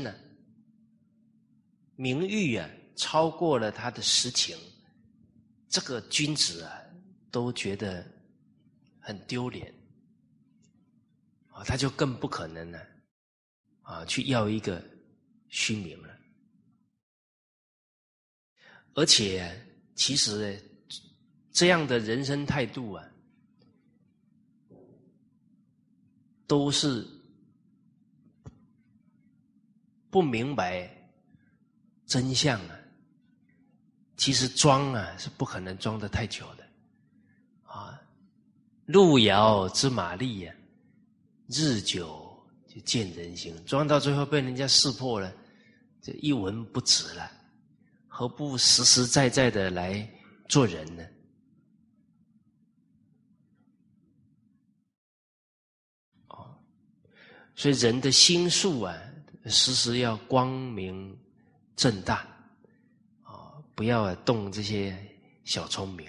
名誉超过了他的实情，这个君子都觉得很丢脸他就更不可能去要一个虚名了。而且其实这样的人生态度都是不明白真相其实装是不可能装得太久的路遥知马力日久就见人心，装到最后被人家识破了，这一文不值了，何不实实在在的来做人呢？所以人的心术时时要光明正大不要动这些小聪明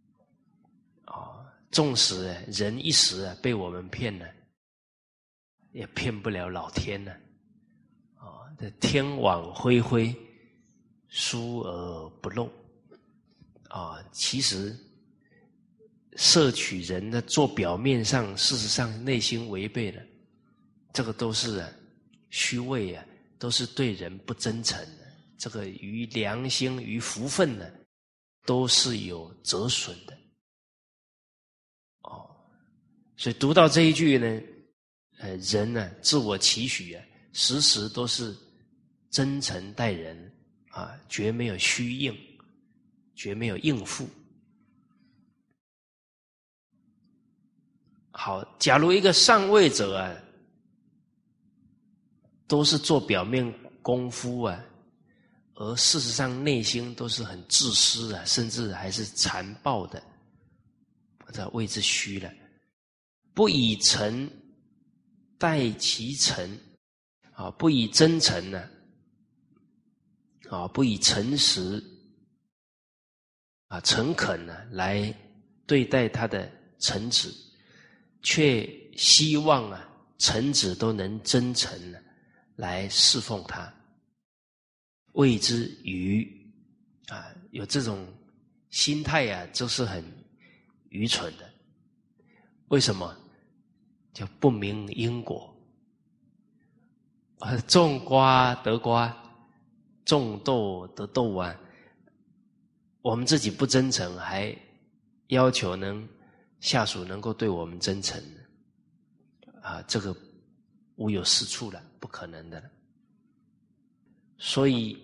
纵使人一时被我们骗了，也骗不了老天呢这天网恢恢，疏而不漏其实摄取人的做表面上，事实上内心违背了，这个都是虚伪都是对人不真诚的，这个于良心于福分都是有折损的所以读到这一句呢人自我期许时时都是真诚待人绝没有虚应，绝没有应付。好，假如一个上位者都是做表面功夫而事实上内心都是很自私甚至还是残暴的，这谓之虚了。不以诚待其诚不以真诚不以诚实诚恳来对待他的臣子，却希望臣子都能真诚来侍奉他，谓之愚有这种心态就是很愚蠢的。 为什么？就不明因果。种瓜得瓜，种豆得豆啊！我们自己不真诚，还要求下属能够对我们真诚啊，这个无有是处了，不可能的了。所以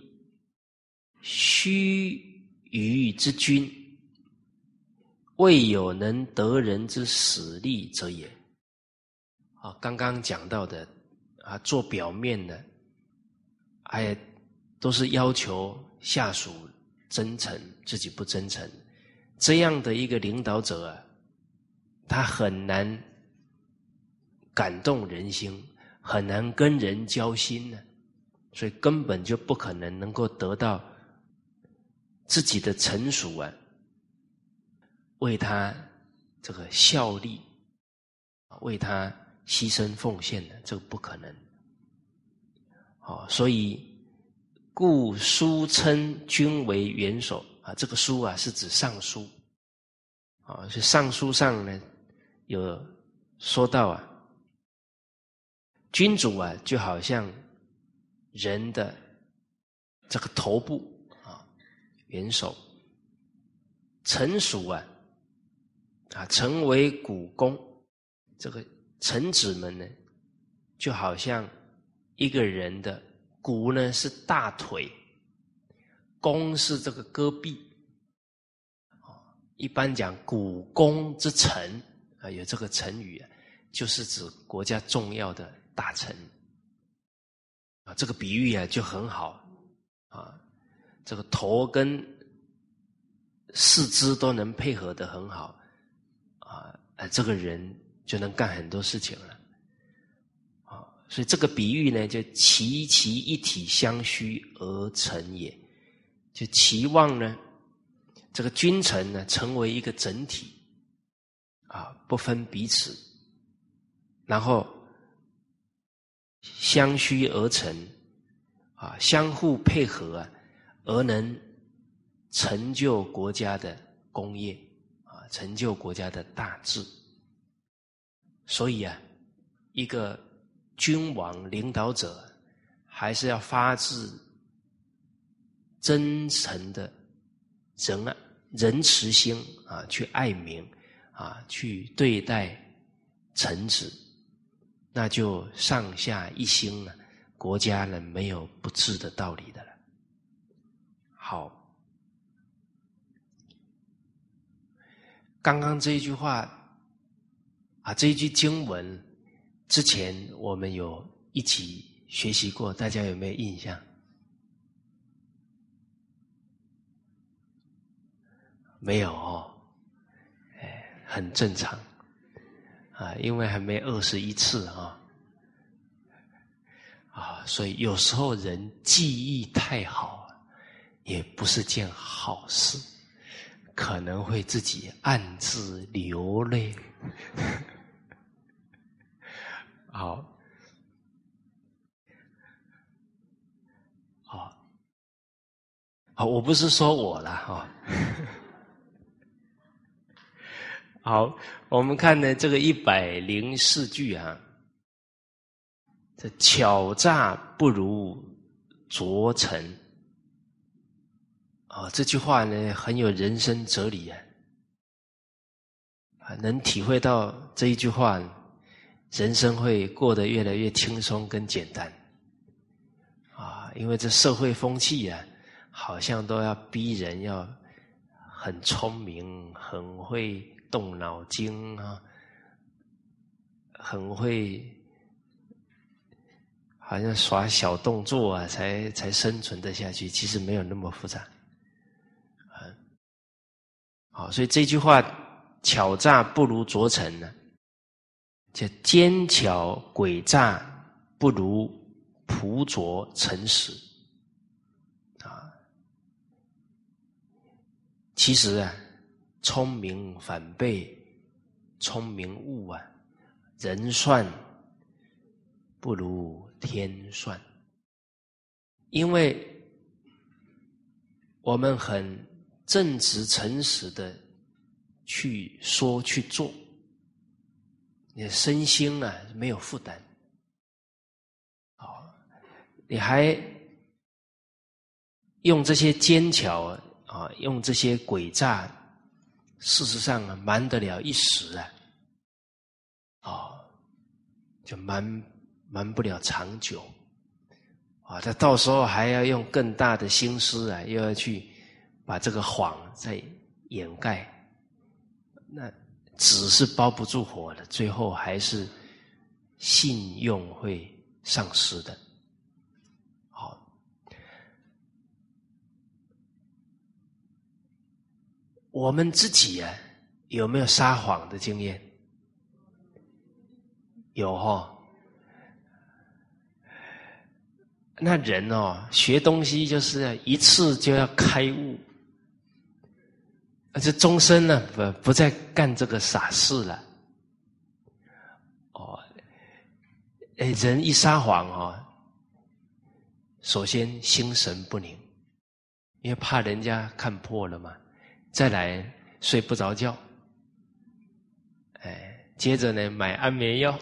须臾之君，未有能得人之使力者也。啊，刚刚讲到的啊，做表面的，还都是要求下属真诚，自己不真诚，这样的一个领导者啊，他很难感动人心，很难跟人交心呢，所以根本就不可能够得到自己的臣属啊，为他这个效力，为他牺牲奉献的，这个不可能。所以故书称君为元首啊，这个书啊是指尚书啊，所以尚书上呢有说到啊，君主啊就好像人的这个头部啊，元首，臣属啊成为股肱，这个臣子们呢就好像一个人的股呢是大腿，肱是这个胳臂。一般讲股肱之臣啊，有这个成语啊，就是指国家重要的大臣啊，这个比喻啊就很好啊，这个头跟四肢都能配合得很好啊，这个人就能干很多事情了啊，所以这个比喻呢，就其一体相须而成也，就期望呢这个君臣呢成为一个整体啊，不分彼此，然后相须而成啊，相互配合啊，而能成就国家的功业啊，成就国家的大志。所以啊，一个君王领导者还是要发自真诚的仁慈心啊，去爱民啊，去对待臣子，那就上下一心了，国家呢没有不治的道理的了。好，刚刚这一句话啊，这一句经文之前我们有一起学习过，大家有没有印象？没有哦，很正常啊，因为还没21次啊，所以有时候人记忆太好，也不是件好事，可能会自己暗自流泪。好，我不是说我啦哈。好，我们看呢这个104句啊，这巧诈不如拙诚啊，这句话呢很有人生哲理啊，能体会到这一句话，人生会过得越来越轻松跟简单啊，因为这社会风气啊，好像都要逼人要很聪明，很会动脑筋啊，很会好像耍小动作啊，才生存得下去。其实没有那么复杂。好，所以这句话巧诈不如拙诚呢，就奸巧诡诈不如朴拙诚实啊。其实啊，聪明反被聪明误啊，人算不如天算。因为我们很正直诚实的去说去做你的身心啊没有负担，你还用这些奸巧啊，用这些诡诈，事实上啊瞒得了一时啊，就瞒不了长久啊。他到时候还要用更大的心思啊，又要去把这个谎再掩盖，那纸是包不住火的，最后还是信用会丧失的。好，我们自己啊，有没有撒谎的经验？有那人学东西就是一次就要开悟，这终身呢不再干这个傻事了。人一撒谎首先心神不宁，因为怕人家看破了嘛。再来睡不着觉，接着呢买安眠药，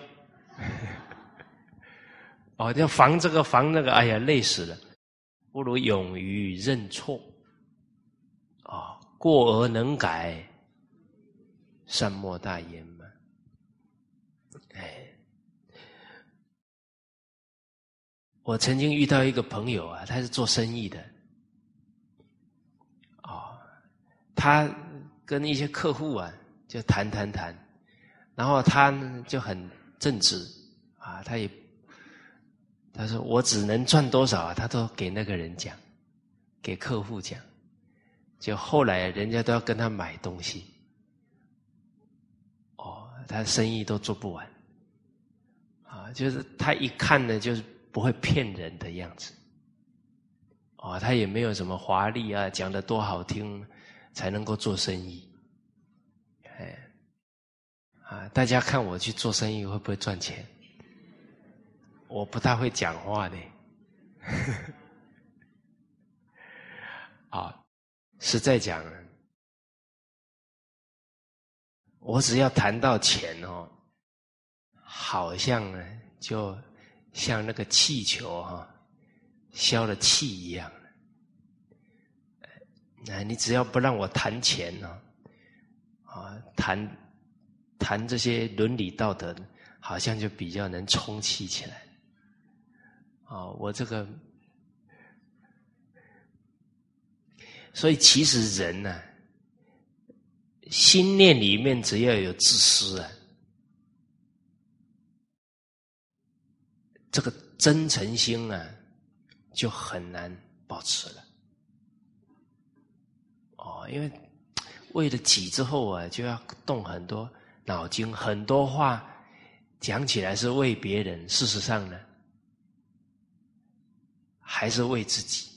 要防这个防那个，哎呀累死了。不如勇于认错，过而能改，善莫大焉嘛。我曾经遇到一个朋友啊，他是做生意的，他跟一些客户啊就谈，然后他呢就很正直啊，他说我只能赚多少啊，他都给那个人讲，给客户讲，就后来人家都要跟他买东西，他生意都做不完啊，就是他一看呢就是不会骗人的样子，他也没有什么华丽啊，讲得多好听才能够做生意，大家看我去做生意会不会赚钱？我不大会讲话的，实在讲，我只要谈到钱好像呢就像那个气球消了气一样。你只要不让我谈钱谈这些伦理道德，好像就比较能充气起来。我这个，所以其实人呢，心念里面只要有自私这个真诚心就很难保持了。因为为了己之后就要动很多脑筋，很多话讲起来是为别人，事实上呢，还是为自己。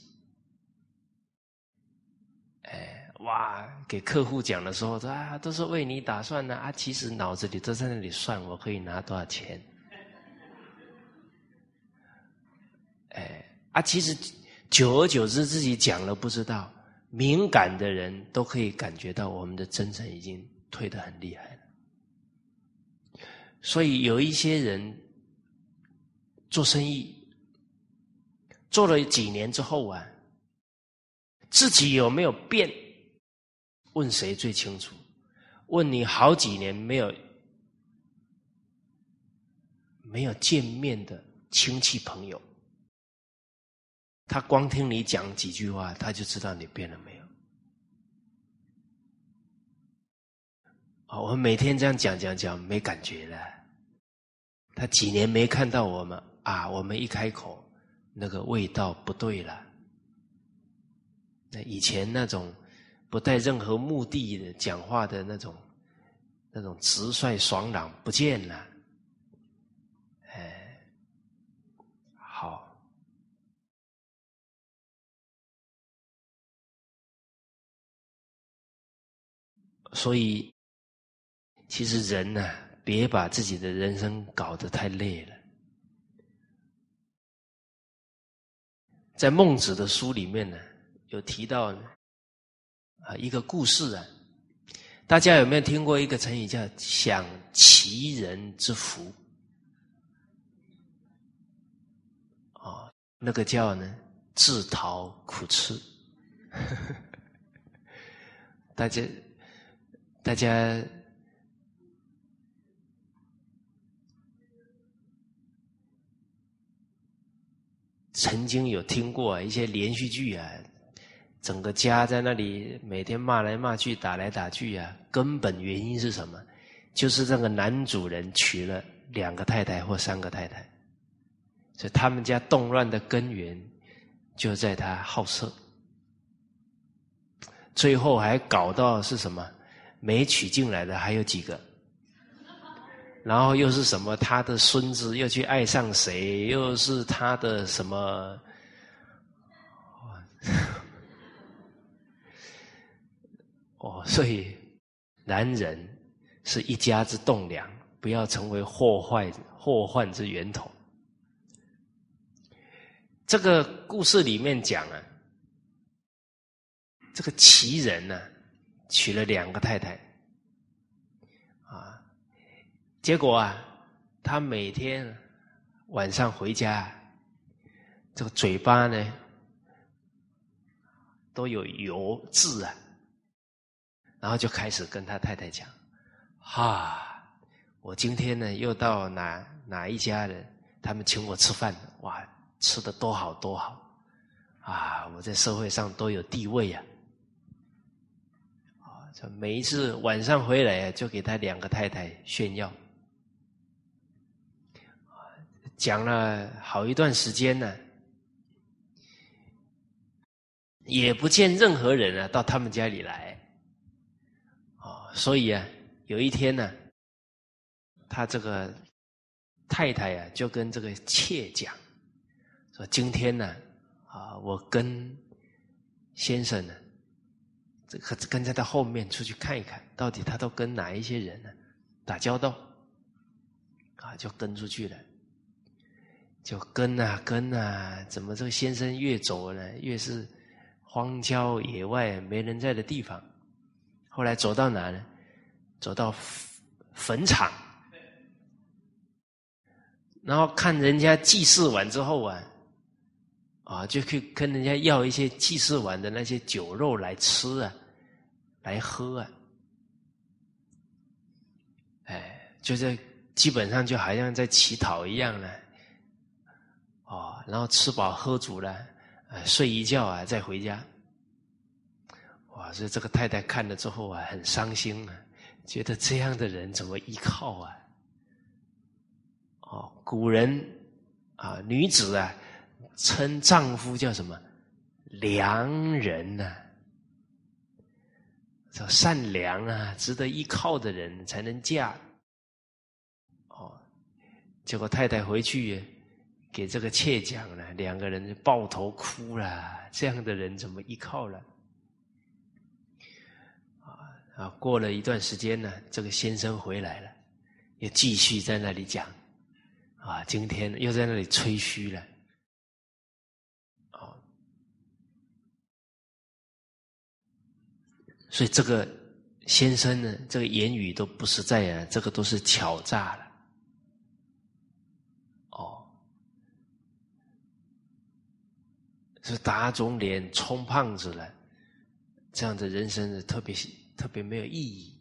给客户讲的时候说都是为你打算的其实脑子里都在那里算我可以拿多少钱。其实久而久之自己讲了不知道，敏感的人都可以感觉到我们的真诚已经退得很厉害了。所以有一些人做生意做了几年之后自己有没有变，问谁最清楚？问你好几年没有见面的亲戚朋友，他光听你讲几句话，他就知道你变了没有。我们每天这样讲没感觉了，他几年没看到我们我们一开口那个味道不对了。那以前那种不带任何目的的讲话的那种直率爽朗不见了。好，所以其实人别把自己的人生搞得太累了。在孟子的书里面有提到一个故事大家有没有听过一个成语叫享其人之福？那个叫呢自讨苦吃。大家曾经有听过一些连续剧啊，整个家在那里每天骂来骂去打来打去啊，根本原因是什么？就是这个男主人娶了2个太太或3个太太，所以他们家动乱的根源就在他好色，最后还搞到是什么？没娶进来的还有几个，然后又是什么？他的孙子又去爱上谁？又是他的什么？所以男人是一家之栋梁，不要成为祸患之源头。这个故事里面讲啊，这个齐人呢，娶了2个太太，结果啊，他每天晚上回家，这个嘴巴呢都有油渍啊，然后就开始跟他太太讲：我今天呢又到哪一家人，他们请我吃饭，哇，吃的多好多好啊！我在社会上都有地位啊！每一次晚上回来就给他2个太太炫耀，讲了好一段时间呢，也不见任何人啊到他们家里来，所以啊，有一天呢，他这个太太啊就跟这个妾讲，说今天呢，我跟先生呢，这个跟在他后面出去看一看，到底他都跟哪一些人呢打交道，就跟出去了，就跟啊，怎么这个先生越走呢，越是荒郊野外没人在的地方，后来走到哪呢？走到坟场，然后看人家祭祀完之后就去跟人家要一些祭祀完的那些酒肉来吃啊，来喝啊，就是基本上就好像在乞讨一样了，然后吃饱喝足了，睡一觉啊，再回家。哇，所以这个太太看了之后啊，很伤心啊，觉得这样的人怎么依靠啊？古人女子啊，称丈夫叫什么？良人呐，叫善良啊，值得依靠的人才能嫁。结果太太回去给这个妾讲了，2个人就抱头哭了，这样的人怎么依靠了？过了一段时间呢，这个先生回来了，又继续在那里讲，今天又在那里吹嘘了，所以这个先生呢，这个言语都不实在啊，这个都是巧诈了。是打肿脸充胖子了，这样的人生是特别没有意义。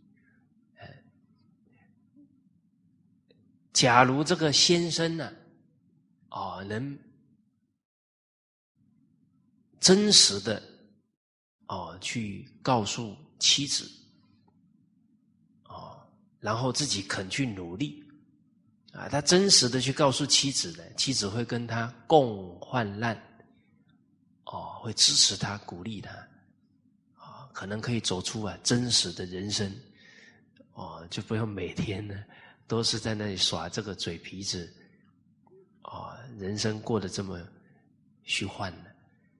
假如这个先生呢，能真实的去告诉妻子，然后自己肯去努力，他真实的去告诉妻子呢，妻子会跟他共患难，会支持他，鼓励他，可能可以走出真实的人生，就不用每天呢都是在那里耍这个嘴皮子，人生过得这么虚幻呢。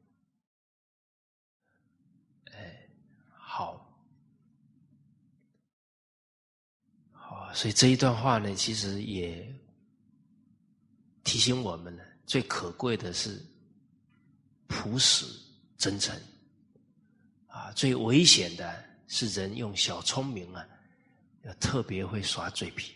好，所以这一段话呢，其实也提醒我们呢，最可贵的是朴实真诚，最危险的是人用小聪明啊，要特别会耍嘴皮。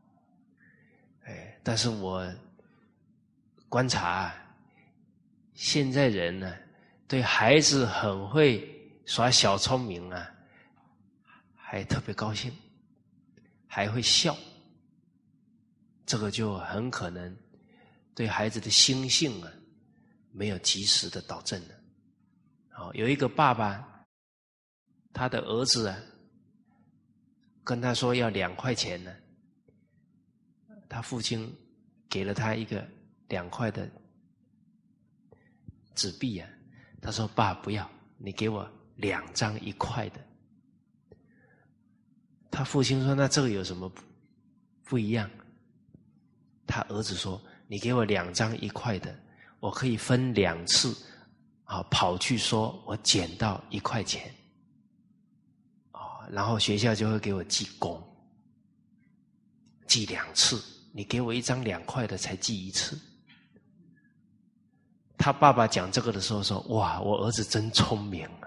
但是我观察现在人呢，对孩子很会耍小聪明啊，还特别高兴，还会笑，这个就很可能对孩子的心性啊没有及时的导正了。有一个爸爸，他的儿子啊跟他说要2块钱呢，他父亲给了他一个2块的纸币啊，他说爸不要，你给我2张1块的。他父亲说那这个有什么不一样？他儿子说你给我2张1块的，我可以分2次跑去说我捡到1块钱，然后学校就会给我记功，记2次，你给我1张2块的才记1次。他爸爸讲这个的时候说哇，我儿子真聪明啊，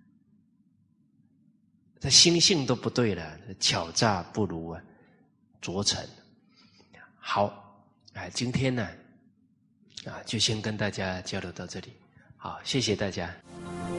这心性都不对了，巧诈不如拙诚。好，今天呢就先跟大家交流到这里。好，谢谢大家。